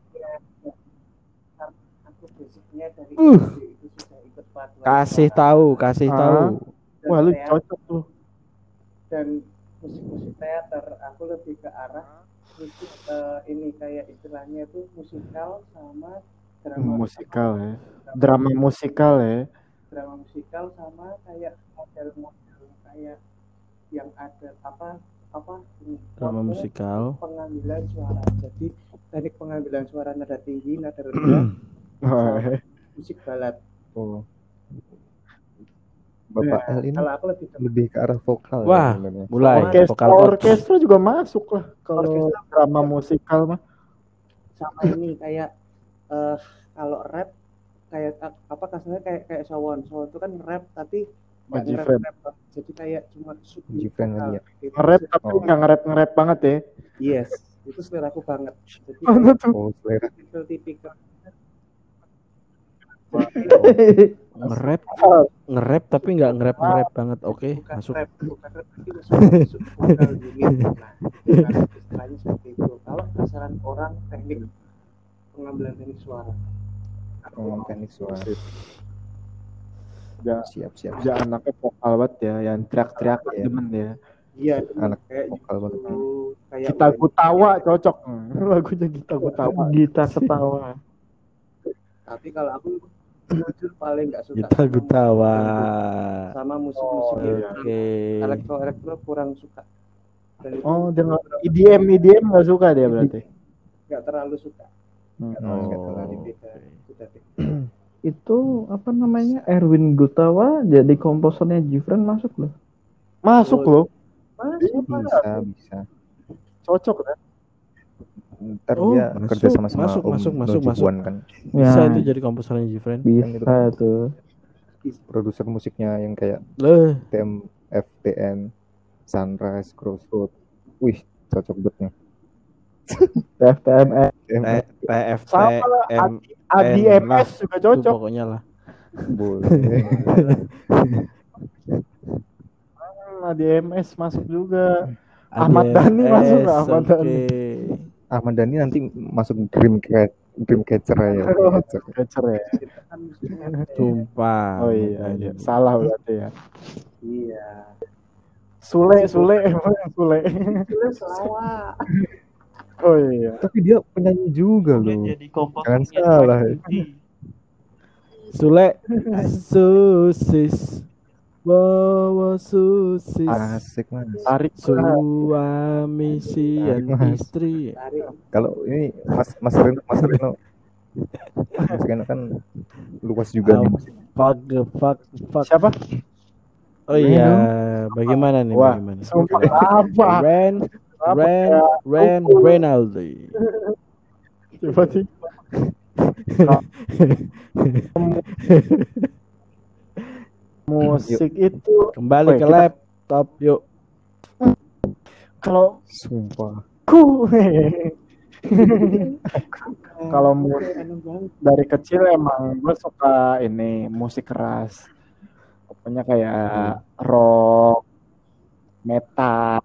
S5: basicnya dari itu sudah ikut paduan
S1: Kasih
S5: suara
S1: tahu.
S5: dan
S2: Wah lu
S5: teater,
S2: cocok tuh.
S5: dan musik teater aku lebih ke arah musik ini kayak istilahnya itu musikal sama drama
S2: Musikal ya. Drama musikal ya.
S5: drama musikal sama kayak model kayak yang ada apa ini,
S1: Drama
S5: model
S1: musikal.
S5: pengambilan suara, jadi teknik pengambilan suara nada tinggi nada rendah
S2: Oh,
S5: musik balad.
S3: Oh. Bapak L ini
S5: Kalau aku lebih ke
S3: lebih ke arah vokal
S1: Wah,
S3: ya sebenarnya.
S1: mulai
S2: Orkestra,
S1: vokal coach.
S2: orkestra juga masuk lah kalau
S5: Orkestra.
S2: drama musikal mah.
S5: sama ini kayak kalau rap kayak apa kasarnya kayak Sawon itu kan rap tapi nggak
S2: Jifren.
S5: nge-rap, jadi kayak cuma
S3: Jifren lagi ya?
S5: gitu.
S2: Nge-rap tapi
S3: Oh.
S2: nggak nge-rap banget ya.
S5: Yes, itu selera aku banget. Jadi
S2: Mana tuh?
S3: Oh, selera.
S5: tipikal
S1: Nge-rap tapi nggak nge-rap banget. Oke,
S5: bukan
S1: masuk.
S5: rap, tapi masuk vokal unit. Nah, bukan istilahnya seperti itu. Kalau kasaran orang teknik pengambilan teknik suara.
S3: Teknik suara.
S2: Ya,
S3: Siap.
S2: ya anaknya vokal banget ya, yang teriak-teriak
S3: Iya.
S2: demen ya.
S5: Iya,
S3: Anak
S5: kayak
S3: vokal banget.
S5: gitu, kayak
S2: Kita Gutawa cocok. Lagunya Kita Gutawa.
S4: Gita ketawa.
S5: Tapi kalau aku jujur paling nggak suka
S1: Kita
S5: sama
S1: ketawa.
S5: sama musik-musik
S2: Oh, iya.
S1: Oke.
S5: elektro kurang suka. Dan itu
S2: Oh, dia nggak EDM nggak suka dia berarti.
S5: nggak terlalu suka.
S3: Nggak terlalu.
S5: Beda. Udah deh.
S4: Itu apa namanya, Erwin Gutawa jadi komposernya Jifren masuk loh.
S2: Masuk loh.
S3: Bisa.
S2: Cocok kan?
S3: Ntar
S1: Oh,
S3: dia
S1: masuk,
S3: kerja sama
S1: masuk,
S3: Om
S1: masuk.
S3: Nojibuan kan.
S1: Bisa
S4: Ya,
S1: itu jadi komposernya Jifren.
S4: bisa tuh.
S3: Produser musiknya yang kayak
S1: Loh,
S3: FTN, Sunrise, Crossroad. Wih, cocok banget nih.
S4: TFTMS.
S2: Sama lah,
S1: TFTM
S2: ADMS juga
S1: itu
S2: cocok.
S1: pokoknya lah.
S3: Boleh.
S2: ADMS masuk juga. Ahmad Dhani masuk nggak, Ahmad Dhani?
S3: Ahmad Dhani nanti masuk Dreamcatcher ya. Dreamcatcher.
S2: Catcher ya.
S5: Kita kan musiknya
S1: Sumpah.
S2: Oh iya. Salah berarti ya.
S5: iya.
S2: Sule emang Sule.
S5: Itu selawat.
S2: Oh iya.
S3: Tapi dia penyanyi juga loh.
S4: Jadi komposer.
S3: Jangan salah.
S1: Sule susis bawa susis
S3: Asik mas.
S2: Tarik lah.
S1: suami sian
S3: Mas.
S1: istri.
S3: Kalau ini Mas Reno Mas Reno kan luas juga nih musik.
S1: Fuck.
S2: Siapa?
S1: Oh iya, bagaimana nih?
S2: Wah,
S1: Bagaimana?
S2: sumpah apa?
S1: Renaldi.
S2: Tiba-tiba musik itu
S1: Kembali ke
S2: kita-
S1: laptop, yuk.
S2: kalau
S3: Sumpah.
S2: kalau musik dari kecil emang gue suka ini musik keras, pokoknya kayak rock, metal.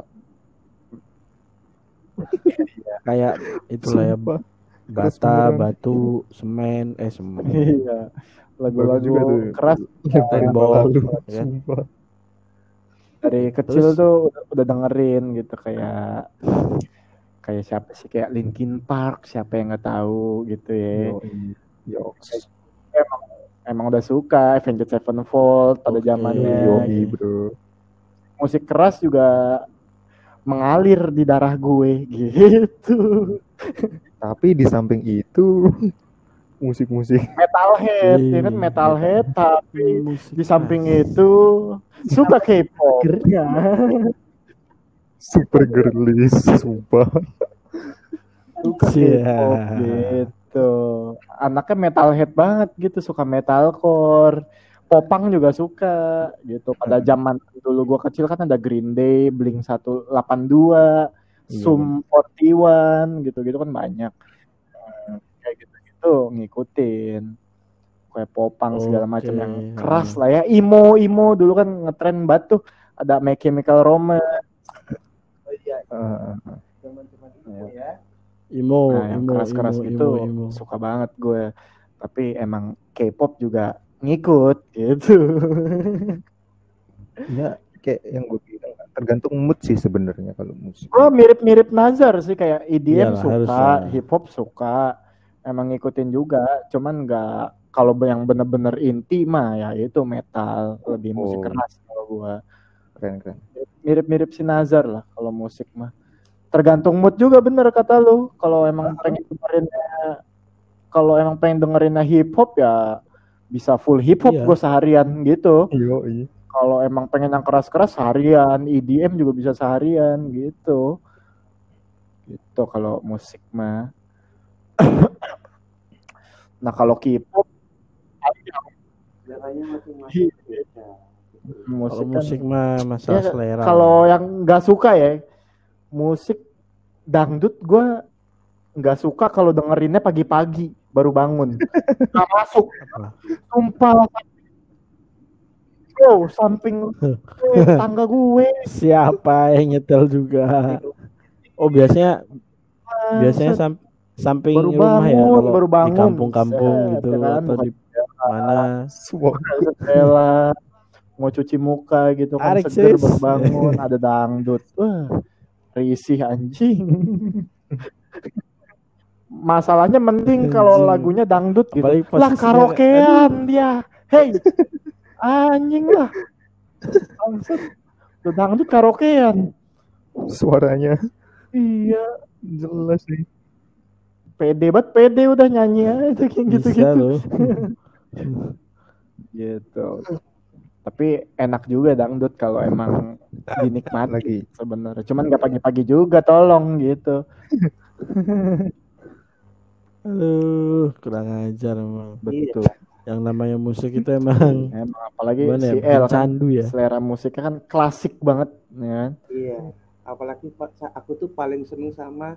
S1: Kayak itulah ya,
S3: Sumpah.
S1: bata,
S3: beneran.
S1: batu, semen, semen.
S2: Iya,
S3: Bagus juga tuh.
S2: lagu-lagu keras
S1: Tembok,
S3: Lalu,
S1: ya.
S3: sumpah.
S2: dari kecil
S1: Terus?
S2: tuh udah dengerin gitu, kayak siapa sih, kayak Linkin Park, siapa yang nggak tahu gitu ya.
S3: Yoks.
S2: Emang udah suka Avenged Sevenfold pada
S1: Oke.
S2: zamannya.
S3: Yoi bro.
S2: Musik keras juga mengalir di darah gue gitu.
S3: Tapi di samping itu musik-musik
S2: Metalhead, ya kan,
S1: Iya.
S2: metalhead, tapi
S1: Musik
S2: di samping
S1: keras.
S2: itu suka K-pop. Ya.
S3: super girlies, sumpah.
S2: Suka
S1: Siap.
S2: K-pop gitu. Anaknya metalhead banget gitu, suka metalcore. Popang juga suka gitu. Pada zaman dulu gua kecil kan ada Green Day, Blink 182, Sum 41 gitu-gitu kan banyak. Kayak gitu-gitu ngikutin. Kayak Popang segala macam
S1: Oke.
S2: yang keras lah ya. Emo dulu kan ngetren banget tuh. Ada My Chemical Romance.
S5: Oh iya,
S3: Ah,
S5: zaman-zaman itu ya.
S1: Imo,
S2: Nah, yang
S1: imo,
S2: keras-keras
S1: imo,
S2: itu
S1: imo.
S2: suka banget gue. Tapi emang K-pop juga ngikut gitu.
S3: ya kayak yang gue bilang tergantung mood sih sebenarnya kalau musik.
S2: Gue mirip-mirip Nazar sih, kayak EDM
S1: Iyalah,
S2: suka,
S1: haruslah.
S2: hip hop suka, emang ngikutin juga. Cuman nggak, kalau yang bener-bener inti mah ya itu metal, lebih musik
S3: Oh.
S2: keras kalau gue.
S3: Keren.
S2: Mirip-mirip si Nazar lah kalau musik mah. Tergantung mood juga, bener kata lu. Kalau emang pengen dengerinnya hip hop ya bisa full hip hop
S1: Iya.
S2: gue seharian gitu.
S3: Iya.
S2: Kalau emang pengen yang keras-keras seharian, EDM juga bisa seharian gitu. Gitu kalau musik mah. Nah kalau K-pop
S5: Seleranya masing-masing beda.
S1: Kalau
S2: musik kan
S1: musik mah masalah
S2: ya,
S1: selera.
S2: kalau
S1: lah.
S2: yang nggak suka ya musik dangdut gue nggak suka kalau dengerinnya pagi-pagi baru bangun. Nggak masuk,
S1: Apa?
S2: sumpah. Oh, samping tangga gue.
S1: Siapa yang nyetel juga? Oh biasanya
S2: Set,
S1: samping
S2: baru
S1: rumah ya
S2: bangun,
S1: kalau
S2: baru
S1: di
S2: bangun.
S1: kampung-kampung
S2: Set,
S1: gitu
S2: ya kan,
S1: atau
S2: buka
S1: di mana?
S3: Semua.
S2: jendela, mau cuci muka gitu kan,
S1: Tarik,
S2: seger
S1: sis.
S2: baru bangun, ada dangdut. Wah, risih anjing. Masalahnya mending kalau
S1: Anjing.
S2: lagunya dangdut gitu.
S1: Apalagi
S2: Lah
S1: posisinya,
S2: karaokean dia. Hey, anjing lah. Bangsat. Tuh dangdut karaokean.
S3: Suaranya
S2: Iya,
S3: jelas nih.
S2: pede udah nyanyi aja kayak
S1: Bisa
S2: gitu-gitu.
S1: loh.
S2: Gitu. Tapi enak juga dangdut kalau emang dinikmati
S3: Lagi.
S2: sebenarnya. Cuman nggak pagi-pagi juga, tolong gitu.
S1: Aduh, kurang ajar emang.
S2: Betul.
S1: Yang namanya musik itu emang
S2: Emang apalagi
S1: gimana ya,
S2: si
S1: bikin
S2: El kan
S1: candu ya.
S2: selera musiknya kan klasik banget, ya kan?
S5: Iya, apalagi aku tuh paling seneng sama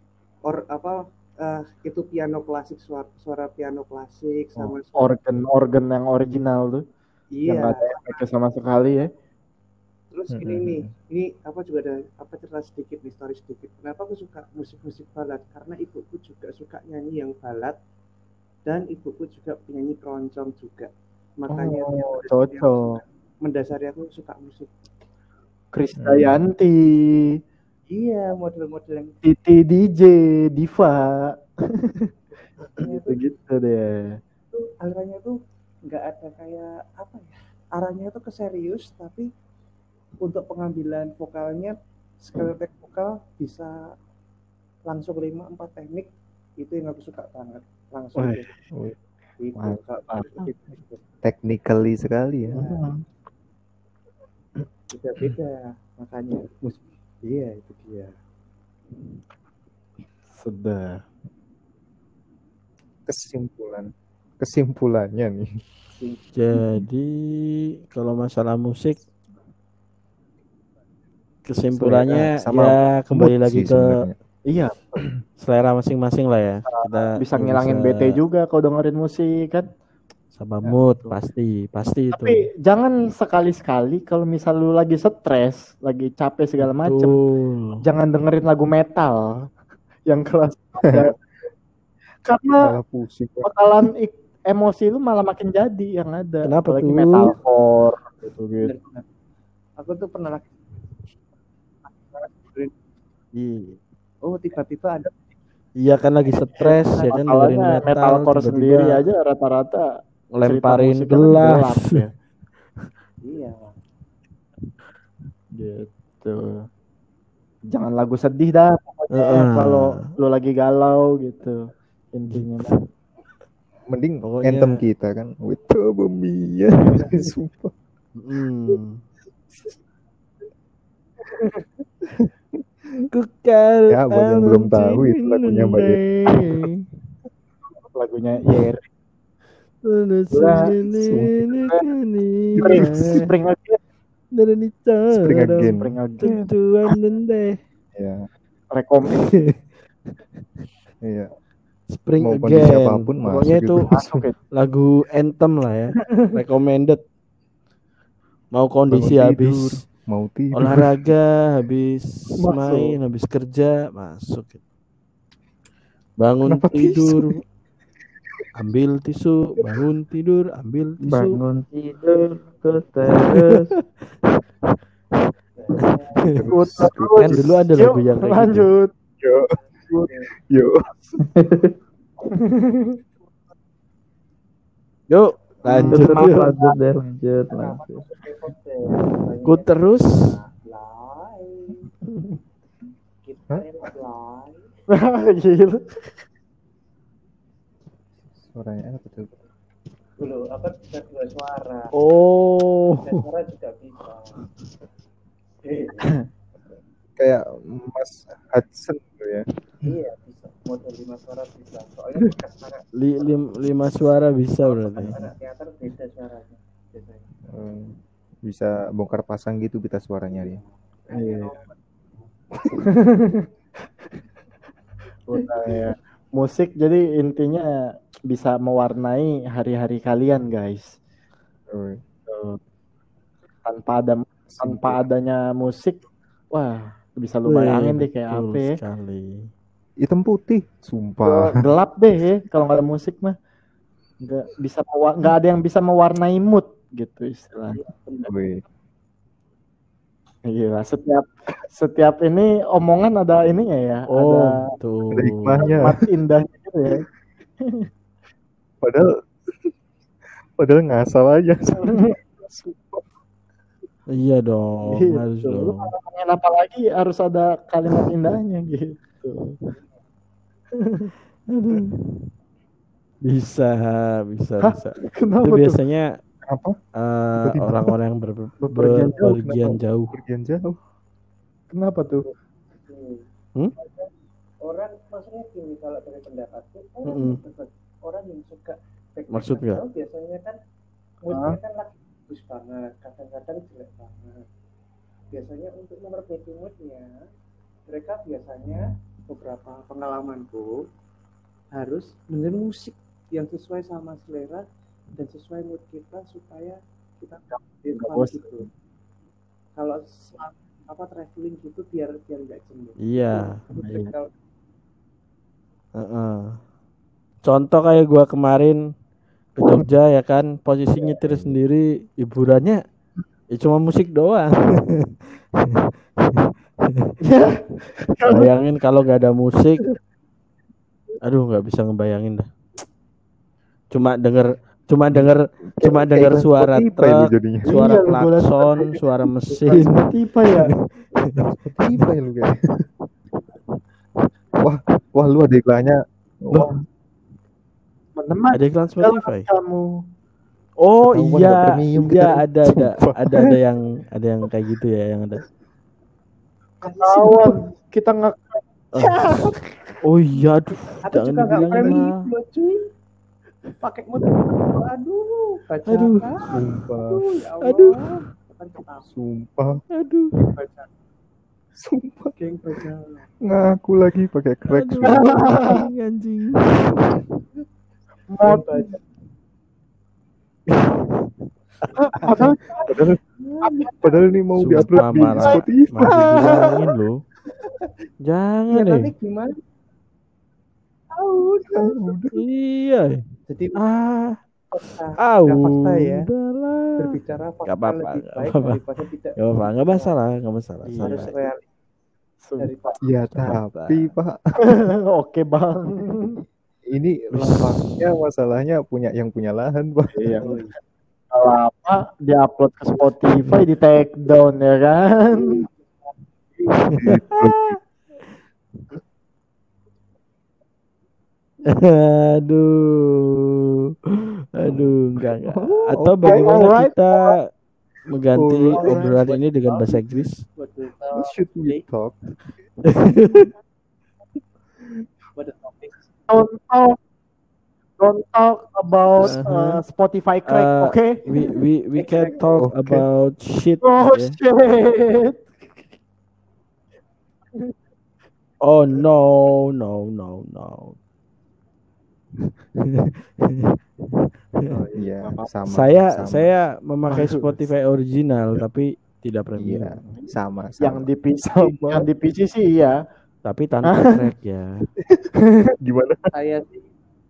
S5: itu piano klasik, suara piano klasik sama
S2: Organ yang original tuh, yang
S5: iya.
S2: nggak ada efeknya sama sekali ya.
S5: Terus ini juga ada cerita sedikit nih, story sedikit. Kenapa aku suka musik-musik balad? Karena ibuku juga suka nyanyi yang balad dan ibuku juga penyanyi keroncong juga. Makanya
S2: Cocok.
S5: mendasari aku suka musik.
S2: Krisdayanti,
S5: Iya, model-model yang
S2: Titi DJ, Diva, gitu deh.
S5: itu alirannya tuh nggak ada kayak apa ya, arahnya tuh ke serius, tapi untuk pengambilan vokalnya skill teknik vokal bisa langsung 5-4 teknik. Itu yang aku suka banget langsung.
S3: Wih.
S5: Itu
S2: Mantap.
S3: Technically sekali ya.
S5: beda-beda makanya musik. Iya, itu dia.
S2: Sudah.
S3: Kesimpulannya nih.
S1: Jadi kalau masalah musik kesimpulannya
S3: Selera sama
S1: ya kembali
S3: mood
S1: lagi
S3: sih
S1: ke
S3: sebenarnya.
S2: Iya,
S1: selera masing-masing lah ya. Kita
S2: bisa
S1: nggak
S2: ngilangin bete juga kalau dengerin musik kan.
S1: sama mood pasti itu.
S2: Tapi jangan sekali-sekali kalau misal lu lagi stres, lagi capek segala macem,
S1: Betul.
S2: jangan dengerin lagu metal yang keras. Karena
S3: Malah pusing.
S2: bakalan emosi lu malah makin jadi yang ada.
S1: Kenapa
S2: apalagi
S1: tuh?
S2: metalcore gitu.
S5: Bener-bener. Aku tuh pernah lagi
S1: Iya.
S5: oh tiba-tiba ada
S1: Iya kan lagi stres ya kan dengerin
S2: Masalahnya
S1: metal
S2: metalcore
S1: tiba-tiba
S2: sendiri aja rata-rata
S1: ngelemparin
S2: cerita musiknya kan
S1: gelas.
S2: ya.
S5: iya
S2: Gitu. Jangan lagu sedih dah pokoknya kalau lu lagi galau gitu. Intinya mah.
S3: Mending
S1: Pokoknya-
S3: anthem kita kan. Wito Bemia. Sumpah.
S1: Kukal
S3: Ya, buat yang belum tahu itu lagunya Mbak
S2: Lagunya Yeri. Spring Again.
S3: Spring Again.
S2: Spring Again.
S1: Tentuan deh.
S3: Ya,
S2: Rekomend.
S3: iya.
S1: Spring
S3: Mau kondisi
S1: Again.
S3: apapun
S1: Pokoknya
S3: masuk
S1: itu
S3: gitu.
S2: Masuk ya.
S1: lagu anthem lah ya. Recommended. Mau kondisi
S3: Bangun
S1: habis
S3: tidur, mau tidur.
S1: olahraga, habis
S2: Masuk.
S1: main, habis kerja, masuk. Bangun
S3: Kenapa
S1: tidur, ambil tisu, bangun tidur, ambil tisu.
S4: Bangun tidur ke terus.
S1: Kan dulu ada lagu yang kayak gitu.
S2: Lanjut.
S3: Yo.
S1: Yuk, lanjut yuk.
S4: Lanjut deh, lanjut.
S1: Ku terus.
S5: kita live
S2: Gila.
S3: Suaranya enak betul.
S5: dulu apa bisa dua suara.
S1: Oh.
S5: Tiga suara juga bisa.
S3: Kayak Mas Hudson gitu ya.
S5: Iya bisa. Model 5 suara bisa. Soalnya sekarang
S1: 5 suara bisa berarti.
S5: anak teater beda suaranya biasanya.
S3: Bisa bongkar pasang gitu pita suaranya dia.
S2: Iya. Udah ya. Musik jadi intinya bisa mewarnai hari-hari kalian, guys.
S3: Oh,
S2: Tanpa adanya musik, wah bisa lu bayangin deh kayak
S1: betul
S2: apa ya.
S1: sekali.
S3: hitam putih, sumpah.
S2: Gelap deh ya kalau nggak ada musik mah. Nggak ada yang bisa mewarnai mood gitu istilahnya.
S3: Wih.
S2: Iya, setiap ini omongan ada ininya ya,
S1: Oh, tuh.
S3: Ada hikmahnya.
S2: mat indahnya gitu ya.
S3: Padahal ngasal aja.
S1: Iya dong,
S2: Gitu.
S1: harus
S2: Lu
S1: dong.
S2: kalau ngomongin apa lagi harus ada kalimat indahnya gitu.
S1: Aduh. Bisa.
S2: Kenapa
S1: Itu
S2: tuh?
S1: biasanya
S3: Apa?
S1: orang-orang yang
S2: Bepergian jauh,
S1: berpergian jauh.
S3: Pergian jauh.
S2: Kenapa tuh?
S5: Orang maksudnya gini, kalau dari pendapatku orang yang suka
S1: Maksud nggak?
S5: biasanya kan moodnya kan lagi bagus banget, kadang-kadang jelek banget. Biasanya untuk memperbaiki moodnya, mereka biasanya beberapa pengalamanku harus dengerin musik yang sesuai sama selera dan sesuai mood kita supaya kita dapat gitu. Kalau traveling gitu biar nggak jenuh.
S1: Iya. Contoh kayak gua kemarin ke Jogja ya kan, posisi nyetir sendiri, hiburannya ya cuma musik doang. Bayangin kalau gak ada musik, aduh nggak bisa ngebayangin dah. Cuma denger suara truk, suara klakson, suara mesin.
S2: Spotify ya.
S3: Spotify lu kayak. Wah lu ada iklannya.
S2: Menemani
S1: Ada iklan Spotify.
S2: kamu.
S1: Oh
S3: Ketahuan
S1: iya,
S3: nggak premium
S1: iya
S3: kita.
S1: ada yang kayak gitu ya, yang ada.
S2: Ketahuan kita nggak.
S1: Oh iya, aduh,
S5: Aku
S1: jangan
S5: juga nggak
S1: dibilangin
S5: premium
S1: lah.
S5: loh cuy. Pakai motor, aduh, baca
S1: Aduh.
S5: apa?
S3: Sumpah.
S5: Ya Allah.
S1: Aduh.
S3: Sumpah.
S1: Aduh,
S3: Sumpah.
S5: Geng baca.
S3: Ngaku lagi pakai crack.
S1: aduh, anjing.
S3: Padahal ini mau
S1: Sumpah
S3: diupload di
S1: marah,
S3: Spotify.
S1: masih bilangin loh. Jangan
S5: Ya
S1: deh.
S5: tapi gimana?
S1: Iya.
S5: Jadi
S1: Fakta
S5: ya.
S1: udahlah.
S5: Berbicara fakta
S1: Gak apa-apa,
S5: lebih
S1: gak
S5: baik
S1: apa-apa.
S5: daripada tidak.
S1: Gak masalah.
S2: Iya.
S5: Harus
S1: Santai.
S5: realistis daripada.
S3: Ya tapi Pak,
S2: Oke bang.
S3: ini lapaknya masalahnya yang punya lahan Pak.
S2: Iya. Kalau apa diupload ke Spotify di take down ya kan?
S1: Enggak. Atau bagaimana
S2: alright.
S1: kita mengganti
S3: Alright.
S1: obrolan ini dengan bahasa Inggris?
S3: Should we talk?
S5: What the topic?
S2: Don't talk about Spotify crack, okay?
S1: We can talk
S3: Okay.
S1: about shit.
S2: Oh
S1: ya.
S2: shit.
S1: Oh no.
S3: Oh, iya, sama.
S1: Saya memakai Spotify original tapi tidak premium.
S3: Iya, sama.
S2: Yang di PC sih iya.
S1: Tapi tanpa track ya.
S3: Gimana?
S5: Saya sih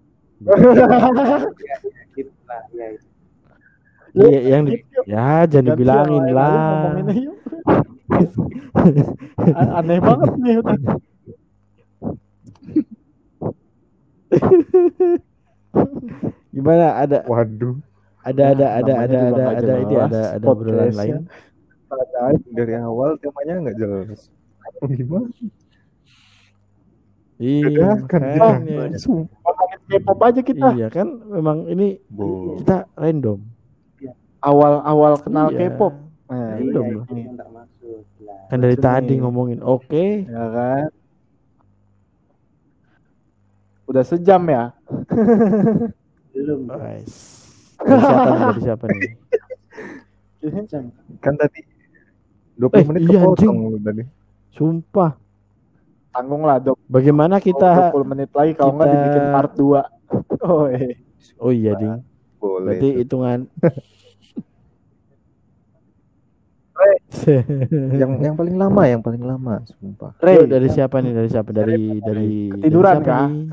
S5: gitu lah ya.
S1: Iya yang jangan dibilangin
S2: Ganti yang lain,
S1: lah.
S2: ngomonginnya yuk. Aneh banget nih udah.
S1: Gimana
S3: Waduh,
S1: ada obrolan lain.
S3: dari awal temanya nggak jelas. Gimana?
S1: Iya,
S3: Kan
S1: makanya.
S3: Sumpah.
S2: K-pop aja kita.
S1: Iya kan memang ini
S3: Bo.
S1: kita random.
S2: Awal kenal
S1: Iya.
S2: K-pop. Nah,
S1: Random
S5: Iya,
S1: lah.
S5: itu yang tak maksud lah.
S1: Kan dari
S2: Lucu
S1: tadi
S2: nih.
S1: ngomongin oke.
S2: ya kan? Udah sejam ya?
S5: Belum dong.
S1: Guys. Dari siapa nih? Dari siapa nih?
S5: Jam.
S3: Kan tadi 20 menit
S1: iya,
S3: kepotong
S1: anjing.
S3: lu tadi.
S1: Sumpah.
S2: Tanggung lah dok.
S1: Bagaimana kita
S2: 20 menit lagi kalau nggak
S1: kita-
S2: dibikin part 2.
S1: Oh iya, Ding.
S3: Boleh.
S1: Berarti
S3: tuh.
S1: hitungan
S3: yang paling lama, sumpah.
S1: Yuk,
S2: Ray,
S1: dari siapa nih? Dari siapa? Dari
S2: Ketiduran,
S1: dari siapa
S2: kah?
S1: nih?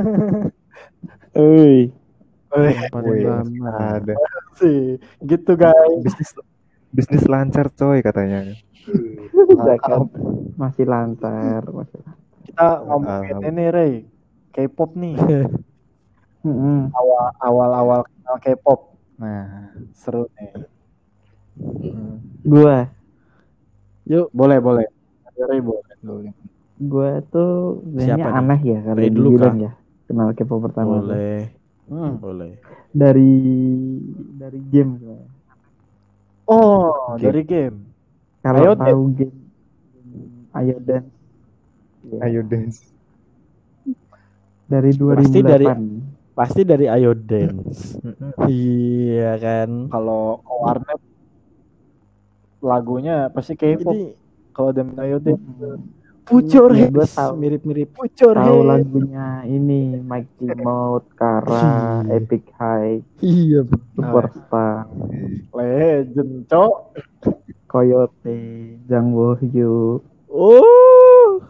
S1: Yang paling
S3: Wih,
S1: lama.
S3: ada
S2: sih, gitu guys.
S3: bisnis lancar coy katanya.
S4: Udah kan. Masih lancar.
S2: Kita ngomongin ini Ray, K-pop nih.
S4: Mm-mm.
S2: Awal kenal K-pop. Nah, seru nih.
S4: Gua
S1: Yuk,
S2: Boleh. Ray boleh.
S4: Gua tuh
S1: Siapa
S4: sebenarnya
S1: nih?
S4: aneh ya kalau
S1: Ray dulu
S4: dibilang
S1: kah?
S4: ya. Kenal K-pop pertama tuh.
S1: boleh.
S2: Hmm.
S4: Dari game gua.
S2: Oh,
S3: Game.
S2: dari game.
S4: Kalau
S2: Ayo,
S4: tahu game Ayo Dance. Ya,
S3: Ayo dance.
S4: dari 2008.
S1: Pasti dari Ayo Dance. Iya kan.
S2: Kalau warnet lagunya pasti K-pop.
S1: Ini
S2: Kalau ada Ayo deh. Put your
S4: Ya,
S2: hands.
S4: gua tahu
S1: mirip-mirip.
S2: Put your
S4: tahu
S2: hands.
S4: lagunya ini Mighty Mode, Kara,
S1: Iya.
S4: Epic High,
S1: Iya, betul.
S4: Superstar,
S2: Legend, cok.
S4: Coyote, Jang Wohyu,
S1: Oh.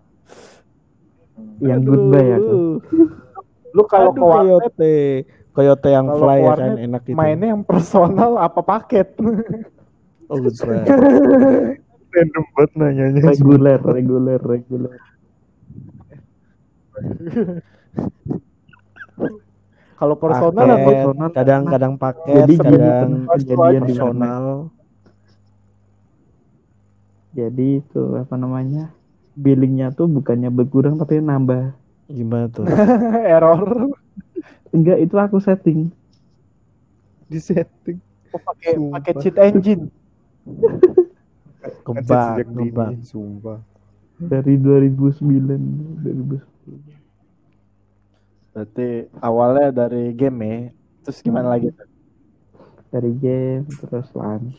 S4: yang
S1: Aduh.
S4: Goodbye aku.
S2: Lu kalau ke warnet
S1: Coyote yang
S2: kalau
S1: fly
S2: ke
S1: ya kan
S2: warnet,
S1: enak itu.
S2: mainnya yang personal apa paket?
S1: Oh, Goodbye.
S3: Random banget nanyanya.
S4: Reguler.
S2: Kalau personal
S1: Paket,
S2: apa?
S4: personal
S1: kadang paket,
S4: Jadi gini,
S1: kadang
S4: kejadian di mana?
S1: personal.
S4: Jadi itu apa namanya? Billingnya tuh bukannya berkurang tapi nambah.
S1: Gimana tuh?
S2: Error.
S4: Enggak, itu aku setting.
S3: Di setting.
S2: Oh, pakai
S3: Sumpah.
S2: cheat engine.
S1: Kebak.
S3: Dini, sumpah.
S4: Dari 2009.
S2: Berarti awalnya dari game ya. Terus gimana lagi?
S4: Dari game terus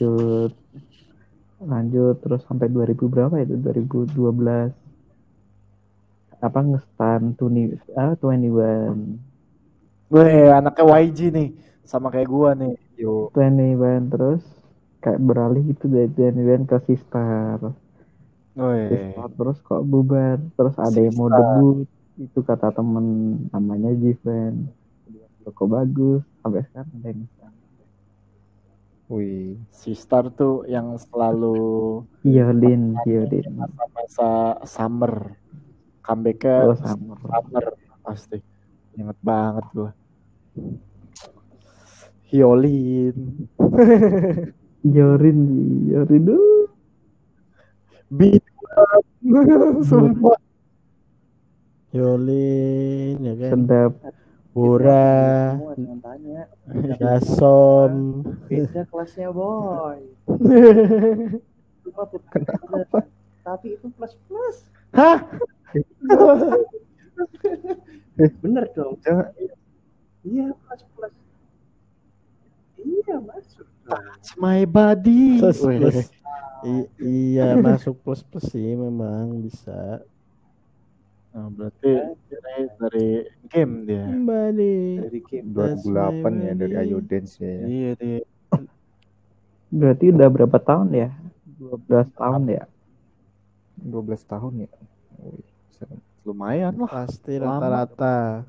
S4: lanjut terus sampai 2000 berapa itu? 2012. Apa ngestan 21.
S2: Weh, anaknya YG nih. Sama kayak gua nih.
S3: Yo,
S4: 21 terus kayak beralih itu dari 21 ke Sistar.
S2: Weh.
S4: Terus kok bubar, terus ada yang mau
S2: Sistar.
S4: debut, itu kata temen namanya Jiven, kok bagus, sampai sekarang ada yang
S3: wih.
S2: Sistar tuh yang selalu
S4: Hyolyn.
S2: masa-masa summer. Comeback-nya
S4: Oh, Summer.
S2: pasti. Ingat banget gua. Hyolyn.
S4: Yorin dulu.
S2: Beat. Sumpah.
S1: Yolin, ya kan?
S4: Sedap.
S1: Bora,
S5: Semua jangan tanya.
S1: Dasom.
S5: Beda kelasnya boy. Lupa
S3: Kenapa?
S5: Tapi itu plus.
S2: Hah?
S5: Bener dong.
S3: Jangan.
S5: Iya plus. Iya masuk.
S2: Touch my body.
S1: Plus.
S2: Weh.
S1: Iya, masuk plus sih memang bisa.
S2: Nah, berarti dari game dia.
S1: Kembali.
S5: Dari game.
S3: 2008 ya dari Ayo Dance ya.
S2: Iya dia.
S4: Berarti udah berapa tahun ya? 12 tahun ya?
S3: 12 tahun ya. Wih, serem.
S2: Lumayan lah.
S1: Pasti
S2: Lama.
S1: rata-rata.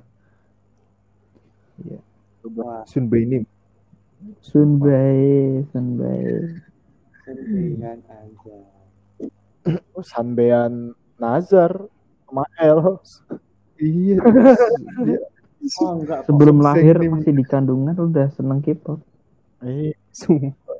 S5: Wah,
S3: Sunbei ini
S4: Sunbei.
S5: sendirian aja.
S2: Oh, Sanbean Nazar sama El.
S3: iya. Dia
S5: Oh enggak kok.
S4: Sebelum lahir
S3: Sing-
S4: masih di kandungan udah seneng K-pop.
S2: Iya.
S3: sumpah.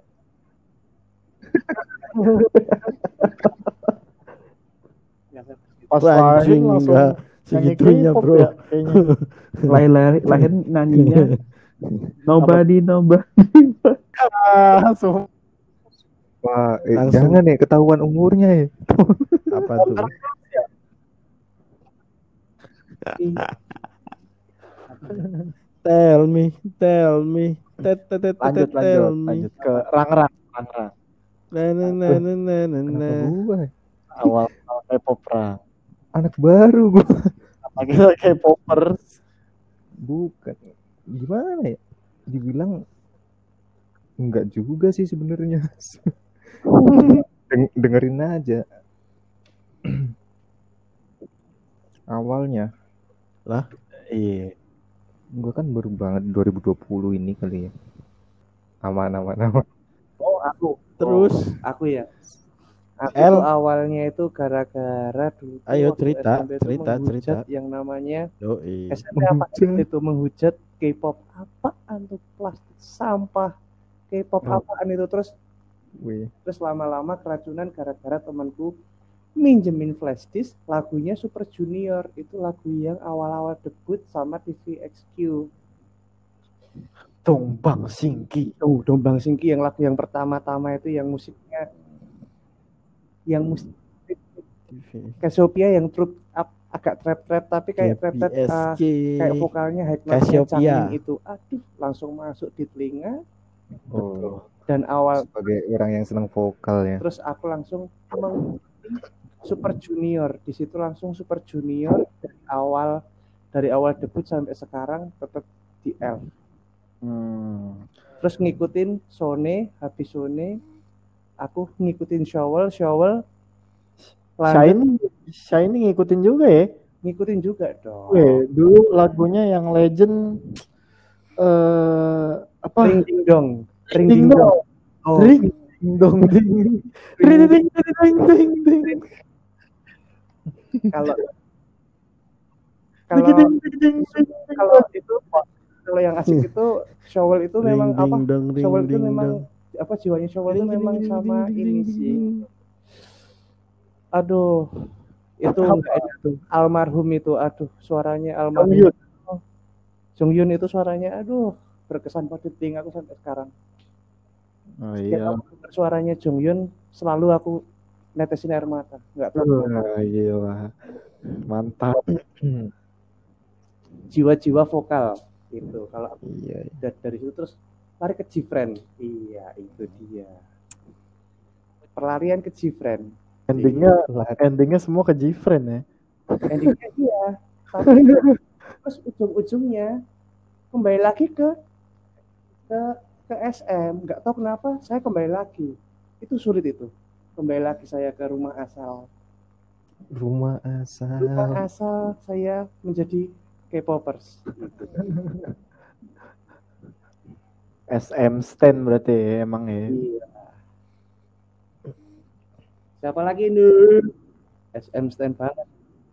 S2: Pas
S1: Wah,
S2: lahir
S1: anjing
S2: langsung
S1: enggak Segitunya,
S2: K-pop
S1: bro.
S2: ya, kayaknya.
S4: Lahir nyanyinya nobody.
S2: Langsung
S3: Wah,
S1: Langsung.
S3: jangan ya ketahuan umurnya ya.
S1: Apa tuh? Tell me. Tell me.
S2: lanjut ke Rangrang.
S1: Na na na na na na na.
S3: Kenapa gua?
S2: Awal K-pop Rang.
S3: Anak baru gua.
S2: Lagi K-popers.
S3: Bukan. Gimana ya? Dibilang enggak juga sih sebenarnya. Dengerin aja. Awalnya
S2: Iya.
S3: gua kan baru banget 2020 ini kali ya. Aman.
S5: Oh, aku.
S1: Terus
S5: Aku ya. Aku
S1: L.
S5: tuh awalnya itu gara-gara dulu tuh
S1: Ayo,
S5: waktu
S1: cerita,
S5: SMP tuh
S1: cerita.
S5: menghujat yang namanya
S1: Yoi.
S5: SMP apa sih itu menghujat K-pop apaan tuh plastik sampah K-pop apaan itu terus
S3: Wih.
S5: lama-lama keracunan gara-gara temanku minjemin flashdisk lagunya Super Junior itu lagu yang awal-awal debut sama TVXQ
S2: Dongbang Singki.
S5: Dongbang Singki yang lagu yang pertama-tama itu yang musiknya Cassiopeia yang agak trap tapi kayak trap kayak vokalnya Hypnotic Changmin itu aduh langsung masuk di telinga.
S3: Oh.
S5: Dan awal
S3: sebagai orang yang senang vokal ya.
S5: Terus aku langsung Super Junior di situ langsung Super Junior dari awal debut sampai sekarang tetap di L. Terus ngikutin Sone, habis Sone aku ngikutin Shovel
S2: Shiny ngikutin juga ya?
S5: Ngikutin juga dong.
S2: Dulu lagunya yang legend apa?
S5: Ring ding dong.
S2: Oh. Ring ding dong ding. Ding. Kalau yang asik itu Shovel itu memang apa? Shovel itu memang apa jiwanya Shovel itu memang sama ini sih. Aduh, itu enggak ada tuh. Almarhum itu, aduh, suaranya almarhum. Jonghyun itu suaranya, aduh, berkesan pada telingaku sampai sekarang. Oh iya. Suaranya Jonghyun selalu aku netesin air mata, enggak tahu. Gila. Mantap.
S5: Jiwa-jiwa vokal itu. Kalau dari situ terus lari ke G-Friend. Iya, itu dia. Perlarian ke G-Friend. Endingnya semua ke G-Friend ya. Endingnya iya. Tapi terus ujung-ujungnya kembali lagi ke SM. Nggak tahu kenapa saya kembali lagi. Itu sulit itu. Kembali lagi saya ke rumah asal. Rumah asal saya menjadi K-popers. SM Stan berarti emang ya. Iya. Siapa lagi nih? SM Stan banget.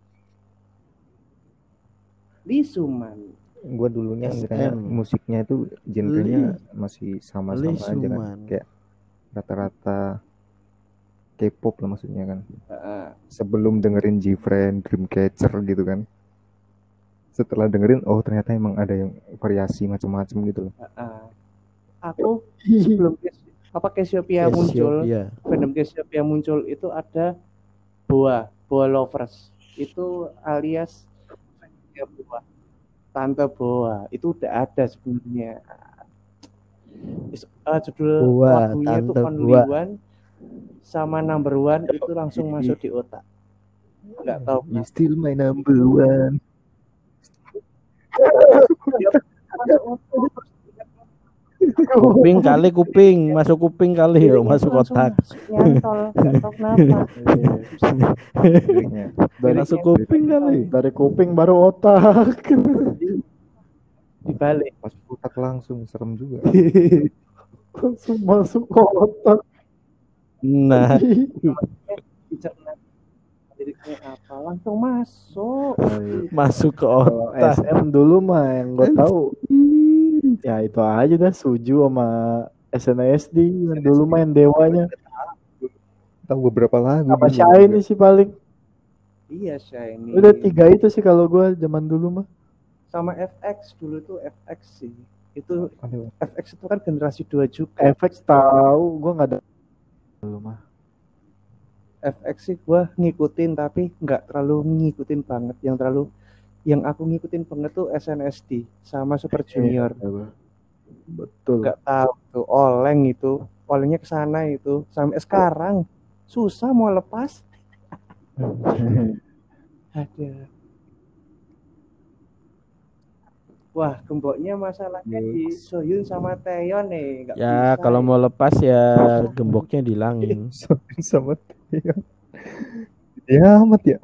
S5: Lee Suman.
S3: Gue dulunya ngiranya musiknya itu genrenya masih sama-sama aja kan. Kayak rata-rata K-pop lah maksudnya kan. Sebelum dengerin G-Friend, Dreamcatcher gitu kan. Setelah dengerin, oh ternyata emang ada yang variasi macam-macam gitu loh.
S5: Aku sebelum Cassiopeia muncul, fandom Cassiopeia muncul itu ada Boa Lovers. Itu alias Boa. Tante Boa. Itu udah ada sebenarnya. Judul lagunya itu Only One sama Number One itu langsung masuk di otak. Enggak tahu.
S3: You still my number one.
S1: Kuping masuk kuping kali ya, masuk otak.
S5: Nyantol, enggak tahu kenapa.
S1: Masuk kuping kali.
S2: Dari kuping baru otak.
S5: Dibalik.
S3: Masuk otak langsung, serem juga.
S2: Langsung masuk otak.
S1: Nah.
S5: Liriknya apa? Langsung masuk.
S1: Masuk ke otak.
S2: SM dulu mah yang gue tahu. Ya itu aja dah Suju sama SNSD yang dulu main dewanya.
S3: Tahu beberapa lagu.
S2: Apa Shiny sih paling.
S5: Iya Shiny.
S2: Udah 3 itu sih kalau gue zaman dulu mah.
S5: Sama FX dulu tuh FX sih. Itu
S3: Aduh.
S5: FX itu kan generasi 2 juga.
S2: FX tahu, gue nggak ada dulu mah.
S5: FX sih gue ngikutin tapi nggak terlalu ngikutin banget. Yang aku ngikutin banget tuh SNSD sama Super Junior.
S2: Betul.
S5: Nggak tahu tuh olengnya kesana itu sampai sekarang susah mau lepas. Ada. Wah, gemboknya masalahnya di Soyun sama Taeyeon nih. Nggak
S1: Ya
S5: bisa,
S1: kalau mau lepas ya gemboknya dilangin.
S3: Sama Taeyeon. Ya amat ya.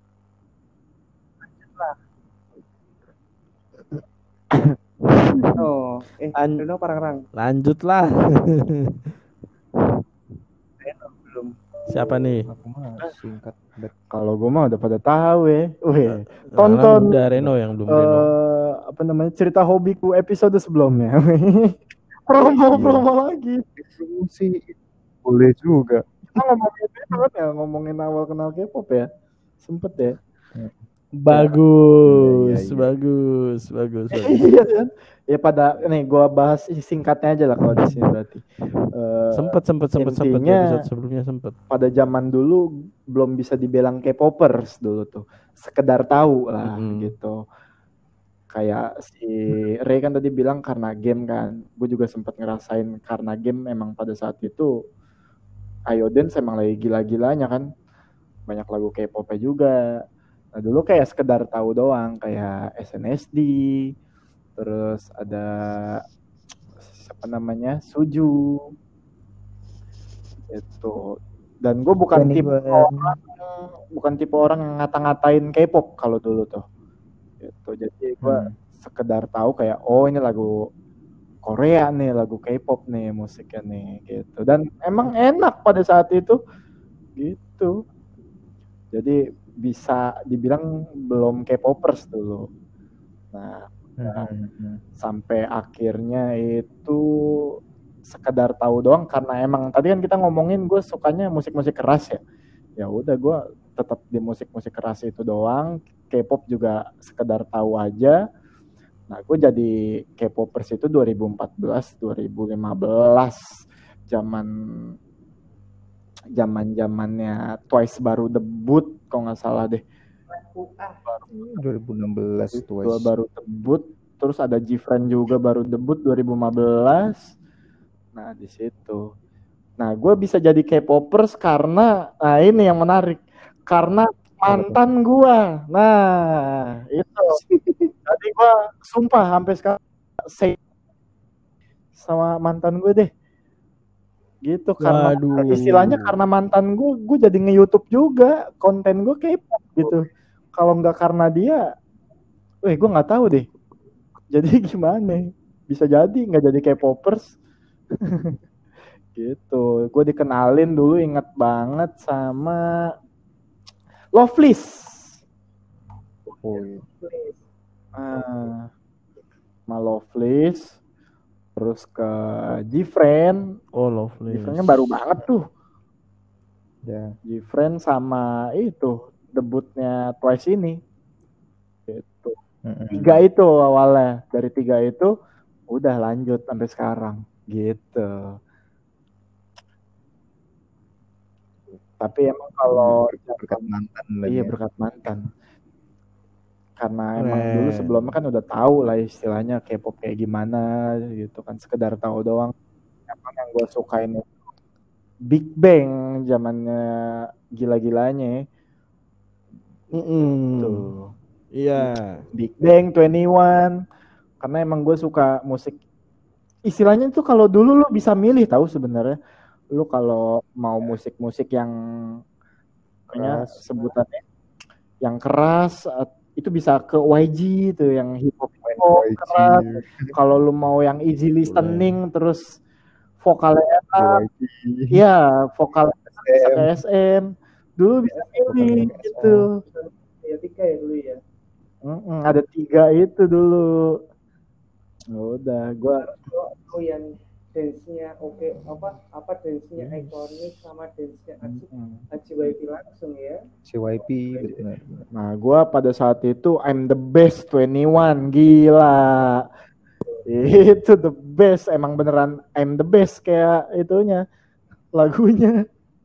S5: Oh, Reno parang-parang.
S1: Lanjutlah.
S5: Reno belum.
S1: Siapa nih?
S3: Aku mah singkat.
S2: Kalau gue mah udah pada tahu ya. Tonton
S1: udah Reno yang belum Reno.
S2: Apa namanya cerita hobiku episode sebelumnya. promo lagi.
S3: Sih boleh juga.
S2: Kita ngomongin awal kenal K-pop ya. Sempet ya.
S1: Bagus.
S2: Iya kan? Ya pada nih gua bahas singkatnya aja lah kalau di sini berarti.
S1: Sempet
S2: intinya,
S1: episode sebelumnya sempet.
S2: Pada zaman dulu belum bisa dibilang K-popers dulu tuh. Sekedar tahu lah gitu. Kayak si Ray kan tadi bilang karena game kan. Gue juga sempat ngerasain karena game emang pada saat itu Iodance emang lagi gila-gilanya kan. Banyak lagu K-popnya juga. Nah dulu kayak sekedar tahu doang kayak SNSD, terus ada siapa namanya Suju itu. Dan gue bukan tipe orang yang ngata-ngatain K-pop kalau dulu tuh. Gitu. Jadi gue sekedar tahu kayak ini lagu Korea nih, lagu K-pop nih musiknya nih gitu. Dan emang enak pada saat itu gitu. Jadi bisa dibilang belum K-popers dulu. Nah, sampai akhirnya itu sekedar tahu doang karena emang tadi kan kita ngomongin gue sukanya musik-musik keras ya. Ya udah gue tetap di musik-musik keras itu doang. K-pop juga sekedar tahu aja. Nah, gue jadi K-popers itu 2014, 2015 zamannya Twice baru debut kalau nggak salah deh.
S3: 2016
S2: Twice baru debut, terus ada G-Friend juga baru debut 2015. Nah, di situ. Nah, gue bisa jadi K-popers karena ini yang menarik. Karena mantan gue. Nah, itu. Tadi gue sumpah sampai sekarang sama mantan gue deh. Gitu. Karena istilahnya karena mantan gue jadi nge-YouTube juga. Konten gue K-pop gitu. Kalau nggak karena dia, gue nggak tahu deh. Jadi gimana? Bisa jadi nggak jadi K-popers. Gitu. Gue dikenalin dulu inget banget sama Loveless. Sama Loveless. Terus ke G-Friend.
S1: Loveless.
S2: G-Friend-nya baru banget tuh. Ya, G-Friend sama itu debutnya Twice ini. Gitu. 3 itu awalnya. Dari 3 itu udah lanjut sampai sekarang. Gitu. Tapi emang kalau
S3: berkat mantan
S2: berkat mantan. Karena emang dulu sebelumnya kan udah tahu lah istilahnya K-pop kayak gimana gitu kan, sekedar tahu doang. Emang yang gue sukain Big Bang zamannya gila-gilanya. Tuh.
S1: Iya.
S2: Big Bang 21. Karena emang gue suka musik. Istilahnya tuh kalau dulu lu bisa milih tahu sebenarnya. Lu kalau mau musik-musik yang keras, sebutannya yang keras itu bisa ke YG tuh yang hip hop keras. Kalau lu mau yang easy listening terus vokalnya enak, iya vokalnya bisa ke SM. Dulu bisa pilih gitu.
S5: Ya 3 ya dulu ya.
S2: Ada 3 itu dulu. Udah, gue
S5: yang dance-nya oke, apa dance-nya ikonik sama dance-nya AJYP langsung ya.
S3: JYP benar.
S2: Nah, gua pada saat itu I'm the best 21, gila. Itu the best, emang beneran I'm the best kayak itunya lagunya.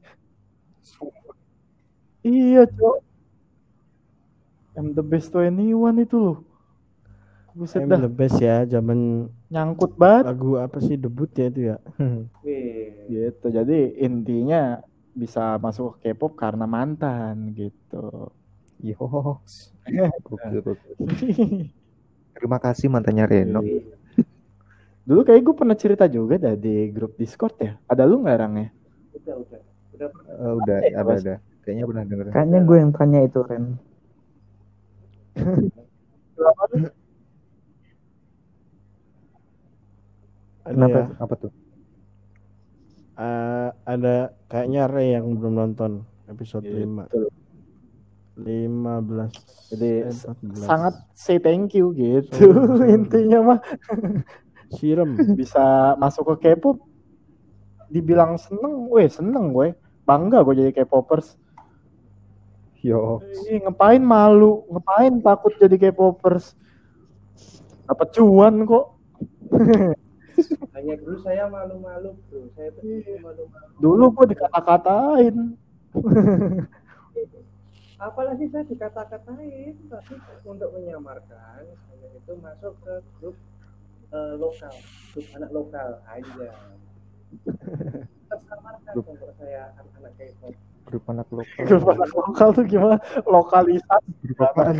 S2: Iya, Cok. I'm the best 21 itu loh. Buset dah.
S1: I'm the best ya, zaman
S2: nyangkut banget.
S1: Lagu apa sih debut ya itu ya?
S2: Gitu. Jadi intinya bisa masuk K-pop karena mantan gitu.
S3: Yoks. Terima kasih mantannya Reno.
S2: Dulu kayak gue pernah cerita juga dah di grup Discord ya. Ada lu nggak orangnya?
S3: Udah, ada. Kayaknya pernah denger.
S4: Kayaknya gue yang tanya itu, Ren.
S1: Ada
S3: apa tuh?
S1: Ada kayaknya Ray yang belum nonton episode
S2: gitu.
S1: 15.
S2: Jadi sangat say thank you gitu. Intinya mah
S1: Sirem
S2: bisa masuk ke K-pop dibilang seneng gue. Bangga gue jadi K-popers.
S3: Yo.
S2: Ngapain malu, ngapain takut jadi K-popers. Dapat cuan kok.
S5: Hanya dulu saya malu-malu, bro. Saya tuh malu-malu.
S2: Dulu gue dikata-katain.
S5: Apalagi saya dikata-katain, tapi untuk menyamarkan saya itu masuk ke grup lokal, grup anak lokal aja. Tersamarkan untuk saya anak K-pop.
S3: Grup anak lokal.
S2: Grup anak lokal tuh gimana? Lokalisasi.
S3: Grup apaan?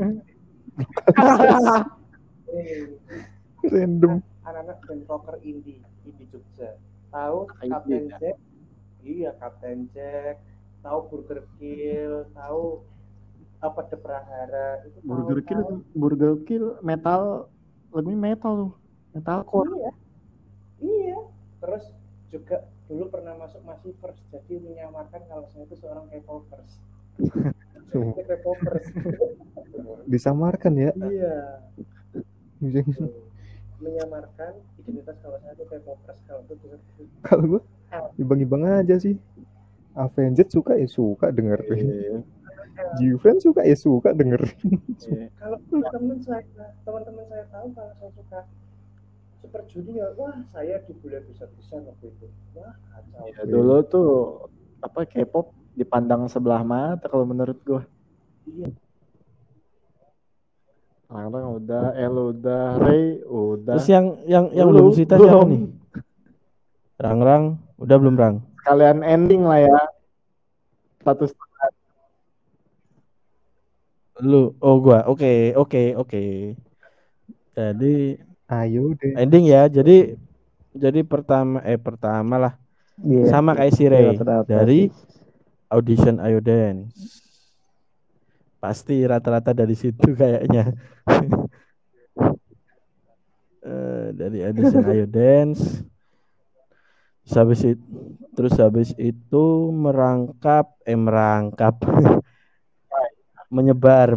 S3: Random.
S5: Anak-anak band rocker indie Jogja. Tahu Kapten Jack? Iya, Kapten Jack. Tahu Burger Kill, tahu apa The Prahara itu.
S2: Burger Kill metal, lagunya metal tuh. Metalcore.
S5: Iya. Terus juga dulu pernah masuk Masifers, jadi menyamarkan kalau saya itu seorang K-popers. K-popers.
S3: Disamarkan ya?
S5: Iya. Menyamarkan identitas kalau saya itu K-popers
S3: kalau gue ibang-ibang aja sih. Avenged suka dengerin. Juven suka dengerin.
S5: Kalau teman-teman saya tahu kalau saya suka Super Junior, wah saya dibully bisa waktu itu. Wah kacau.
S2: Ya, dulu tuh K-pop dipandang sebelah mata kalau menurut gue.
S5: Iya.
S2: Rang udah, udah, Ray udah.
S1: Terus yang belum cerita siapa nih? Rang udah belum Rang?
S2: Kalian ending lah ya. Status
S1: lu, gua. Oke. Jadi
S3: ayo deh.
S1: ending ya. Jadi pertama lah. Yeah, sama kayak si Ray dari audition Ayo Dance. Pasti rata-rata dari situ kayaknya. Dari audition Ayo Dance. Habis itu merangkap menyebar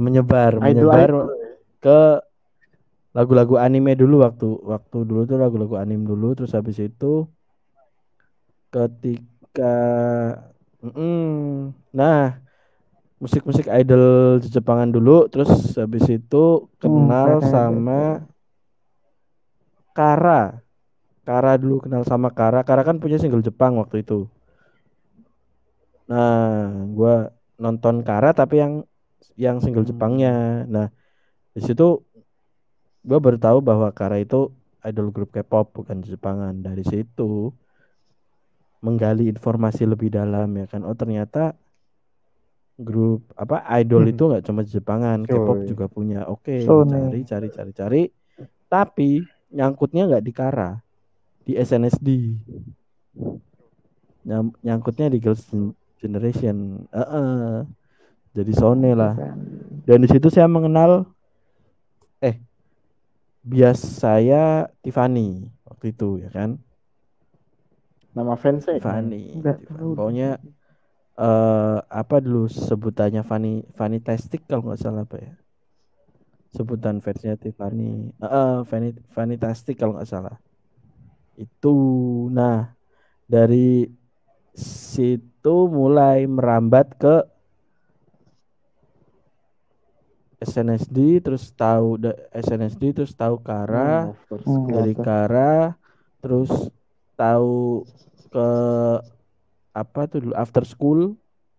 S1: ke lagu-lagu anime dulu waktu dulu tuh lagu-lagu anime dulu. Terus habis itu ketika musik-musik idol di Jepangan dulu, terus habis itu kenal sama Kara dulu, kenal sama Kara kan punya single Jepang waktu itu. Nah, gua nonton Kara tapi yang single Jepangnya. Nah, di situ gua baru tahu bahwa Kara itu idol grup K-pop bukan Jepangan. Dari situ menggali informasi lebih dalam ya kan. Oh, ternyata grup idol itu nggak cuma Jepangan, K-pop juga punya. Oke, cari. Tapi nyangkutnya nggak di Kara, di SNSD. Nyangkutnya di Girls' Generation. Jadi Sone lah. Dan di situ saya mengenal bias saya Tiffany waktu itu ya kan.
S2: Nama fansnya
S1: Tiffany. Pokoknya dulu sebutannya Fantastic kalau nggak salah apa ya. Sebutan fansnya Tiffany. Fantastic kalau nggak salah. Itu. Nah, dari situ mulai merambat ke SNSD, terus tahu SNSD, terus tahu Kara,
S2: After school.
S1: dari Kara terus tahu ke apa tuh dulu after school,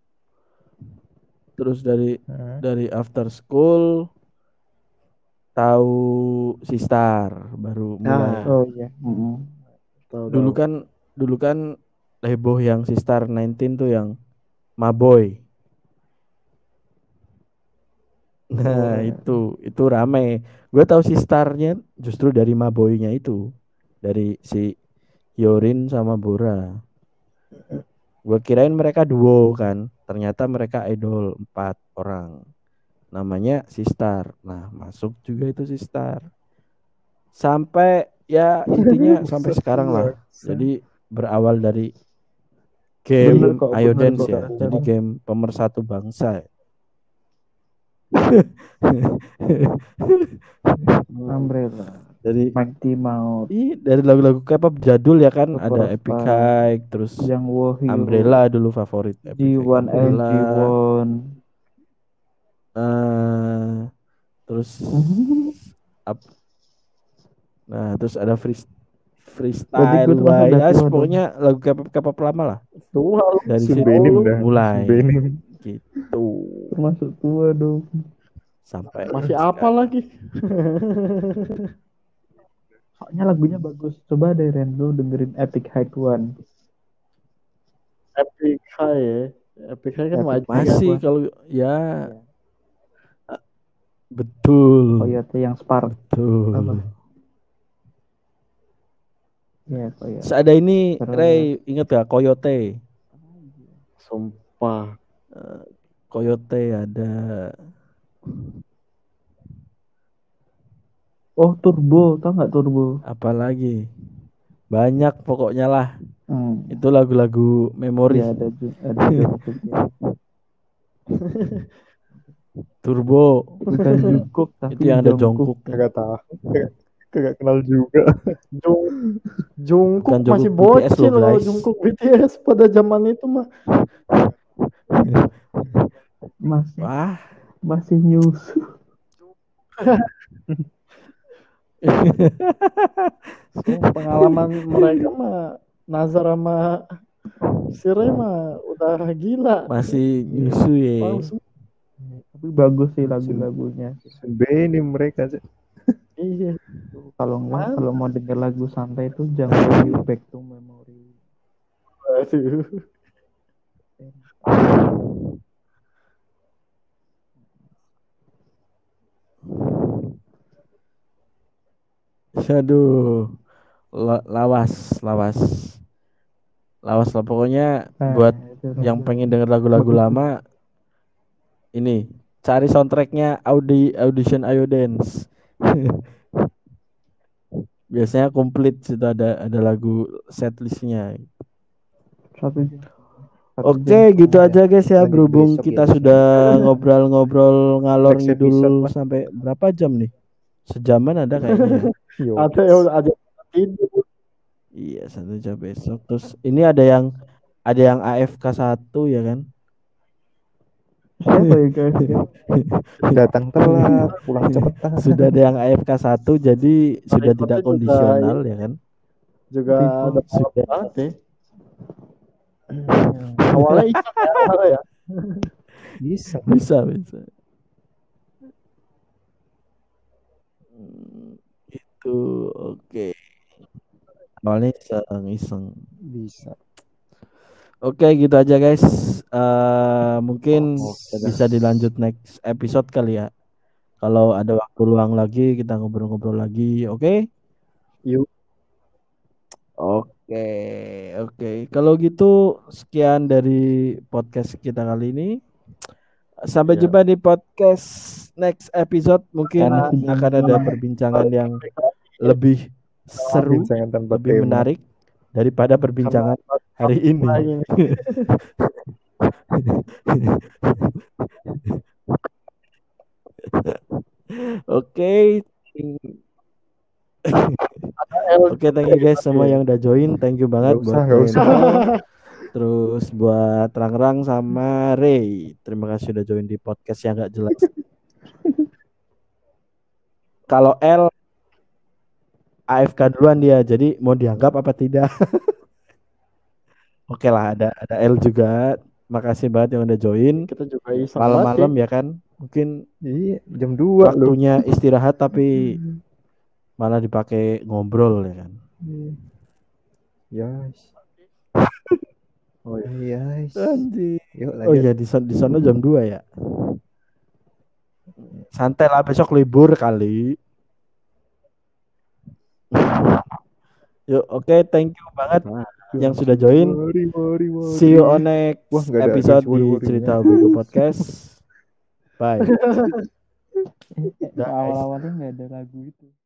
S1: terus dari after school tahu Sistar baru mulai.
S4: Oh iya.
S1: Dulu kan heboh yang Sistar 19 tuh yang Maboy. Nah, itu rame. Gue tahu Sistarnya justru dari Maboynya itu. Dari si Yorin sama Bora. Gue kirain mereka duo kan. Ternyata mereka idol 4 orang. Namanya Sistar. Nah, masuk juga itu Sistar. Sampai ya intinya sampai sekarang lah. Jadi berawal dari game Ayo Dance ya. Jadi game pemersatu bangsa.
S4: Umbrella.
S1: Dari
S4: Mighty Mouse.
S1: Dari lagu-lagu K-pop jadul ya kan,
S4: Super
S1: ada Epic
S4: Star.
S1: High, terus
S4: Yang Wahyu.
S1: Umbrella dulu favorit.
S4: G1 and G1.
S1: Terus nah terus ada freestyle pokoknya lagu K-pop lama lah. Dari situ mulai gitu.
S4: Termasuk tua dong.
S1: Sampai
S2: masih apa lagi?
S4: Soalnya lagunya bagus. Coba deh Rendo dengerin Epic High One.
S2: Epic High ya. Epic High kan wajib.
S1: Masih kalau ya. Betul.
S4: Coyote yang Spark.
S1: Betul.
S4: Apa? Ya, Coyote.
S1: Ada ini, Ray, inget gak Coyote?
S2: Sumpah.
S1: Coyote ada.
S4: Oh, Turbo, tau gak Turbo?
S1: Apalagi? Banyak pokoknya lah. Itu lagu-lagu memori.
S4: Iya, ada juga.
S1: Turbo.
S4: Bukan Jungkook, tapi
S1: itu yang ada Jungkook.
S3: Kagak tahu. Kagak kenal juga.
S2: Jungkook masih bocil loh, Jungkook BTS pada zaman itu mah.
S4: Masih nyusu.
S2: Pengalaman mereka mah Nazar sama Sire mah udah gila.
S1: Masih nyusu ya.
S4: Tapi bagus sih lagu-lagunya.
S3: Ini mereka sih.
S2: Iya.
S4: Kalau mau denger lagu santai itu jangan You Back to Memory.
S2: Aduh.
S1: Aduh. Lawas lah pokoknya. Buat yang pengen denger lagu-lagu lama, ini cari soundtracknya Audition Ayo Dance. Biasanya komplit situ ada lagu setlistnya. Oke, gitu aja guys ya. Berhubung kita sudah ngobrol-ngobrol ngalor ngidul sampai berapa jam nih? Sejaman ada kayaknya.
S2: Ada tidur.
S1: Iya, 1 jam besok. Terus ini ada yang AFK 1 ya kan?
S4: Siapa ya guys?
S3: Datang telat, pulang cepetan.
S1: Sudah ada yang AFK 1 jadi sudah tidak kondisional ya kan?
S2: Juga ada sudah ya. Awalnya ya.
S3: Bisa.
S1: Itu oke. Awalnya iseng.
S3: Bisa.
S1: Oke, gitu aja guys. Mungkin bisa dilanjut next episode kali ya. Kalau ada waktu luang lagi kita ngobrol-ngobrol lagi, oke?
S2: Yuk.
S1: Oke. Kalau gitu sekian dari podcast kita kali ini. Sampai jumpa di podcast next episode. Mungkin akan ada perbincangan yang lebih seru, lebih menarik daripada perbincangan hari ini. Oke. Oke, thank you guys semua yang udah join. Thank you banget buat
S3: Gak usah.
S1: Terus buat Rang-Rang sama Ray. Terima kasih udah join di podcast yang gak jelas. Kalau L AFK duluan dia, jadi mau dianggap apa tidak? Oke lah, ada L juga. Makasih banget yang udah join.
S2: Kita juga
S1: malam-malam ya kan. Mungkin
S3: iya, jam 2
S1: waktunya istirahat tapi malah dipakai ngobrol ya kan.
S3: Yes.
S2: Oh
S3: yes.
S1: Anjir.
S3: Yuk,
S1: oh iya di sana jam 2 ya. Santai lah, besok libur kali. Yuk, oke, thank you banget yang sudah join. See you on next episode di Cerita Bego Podcast. Bye.
S4: Awal-awalnya nggak ada lagu itu.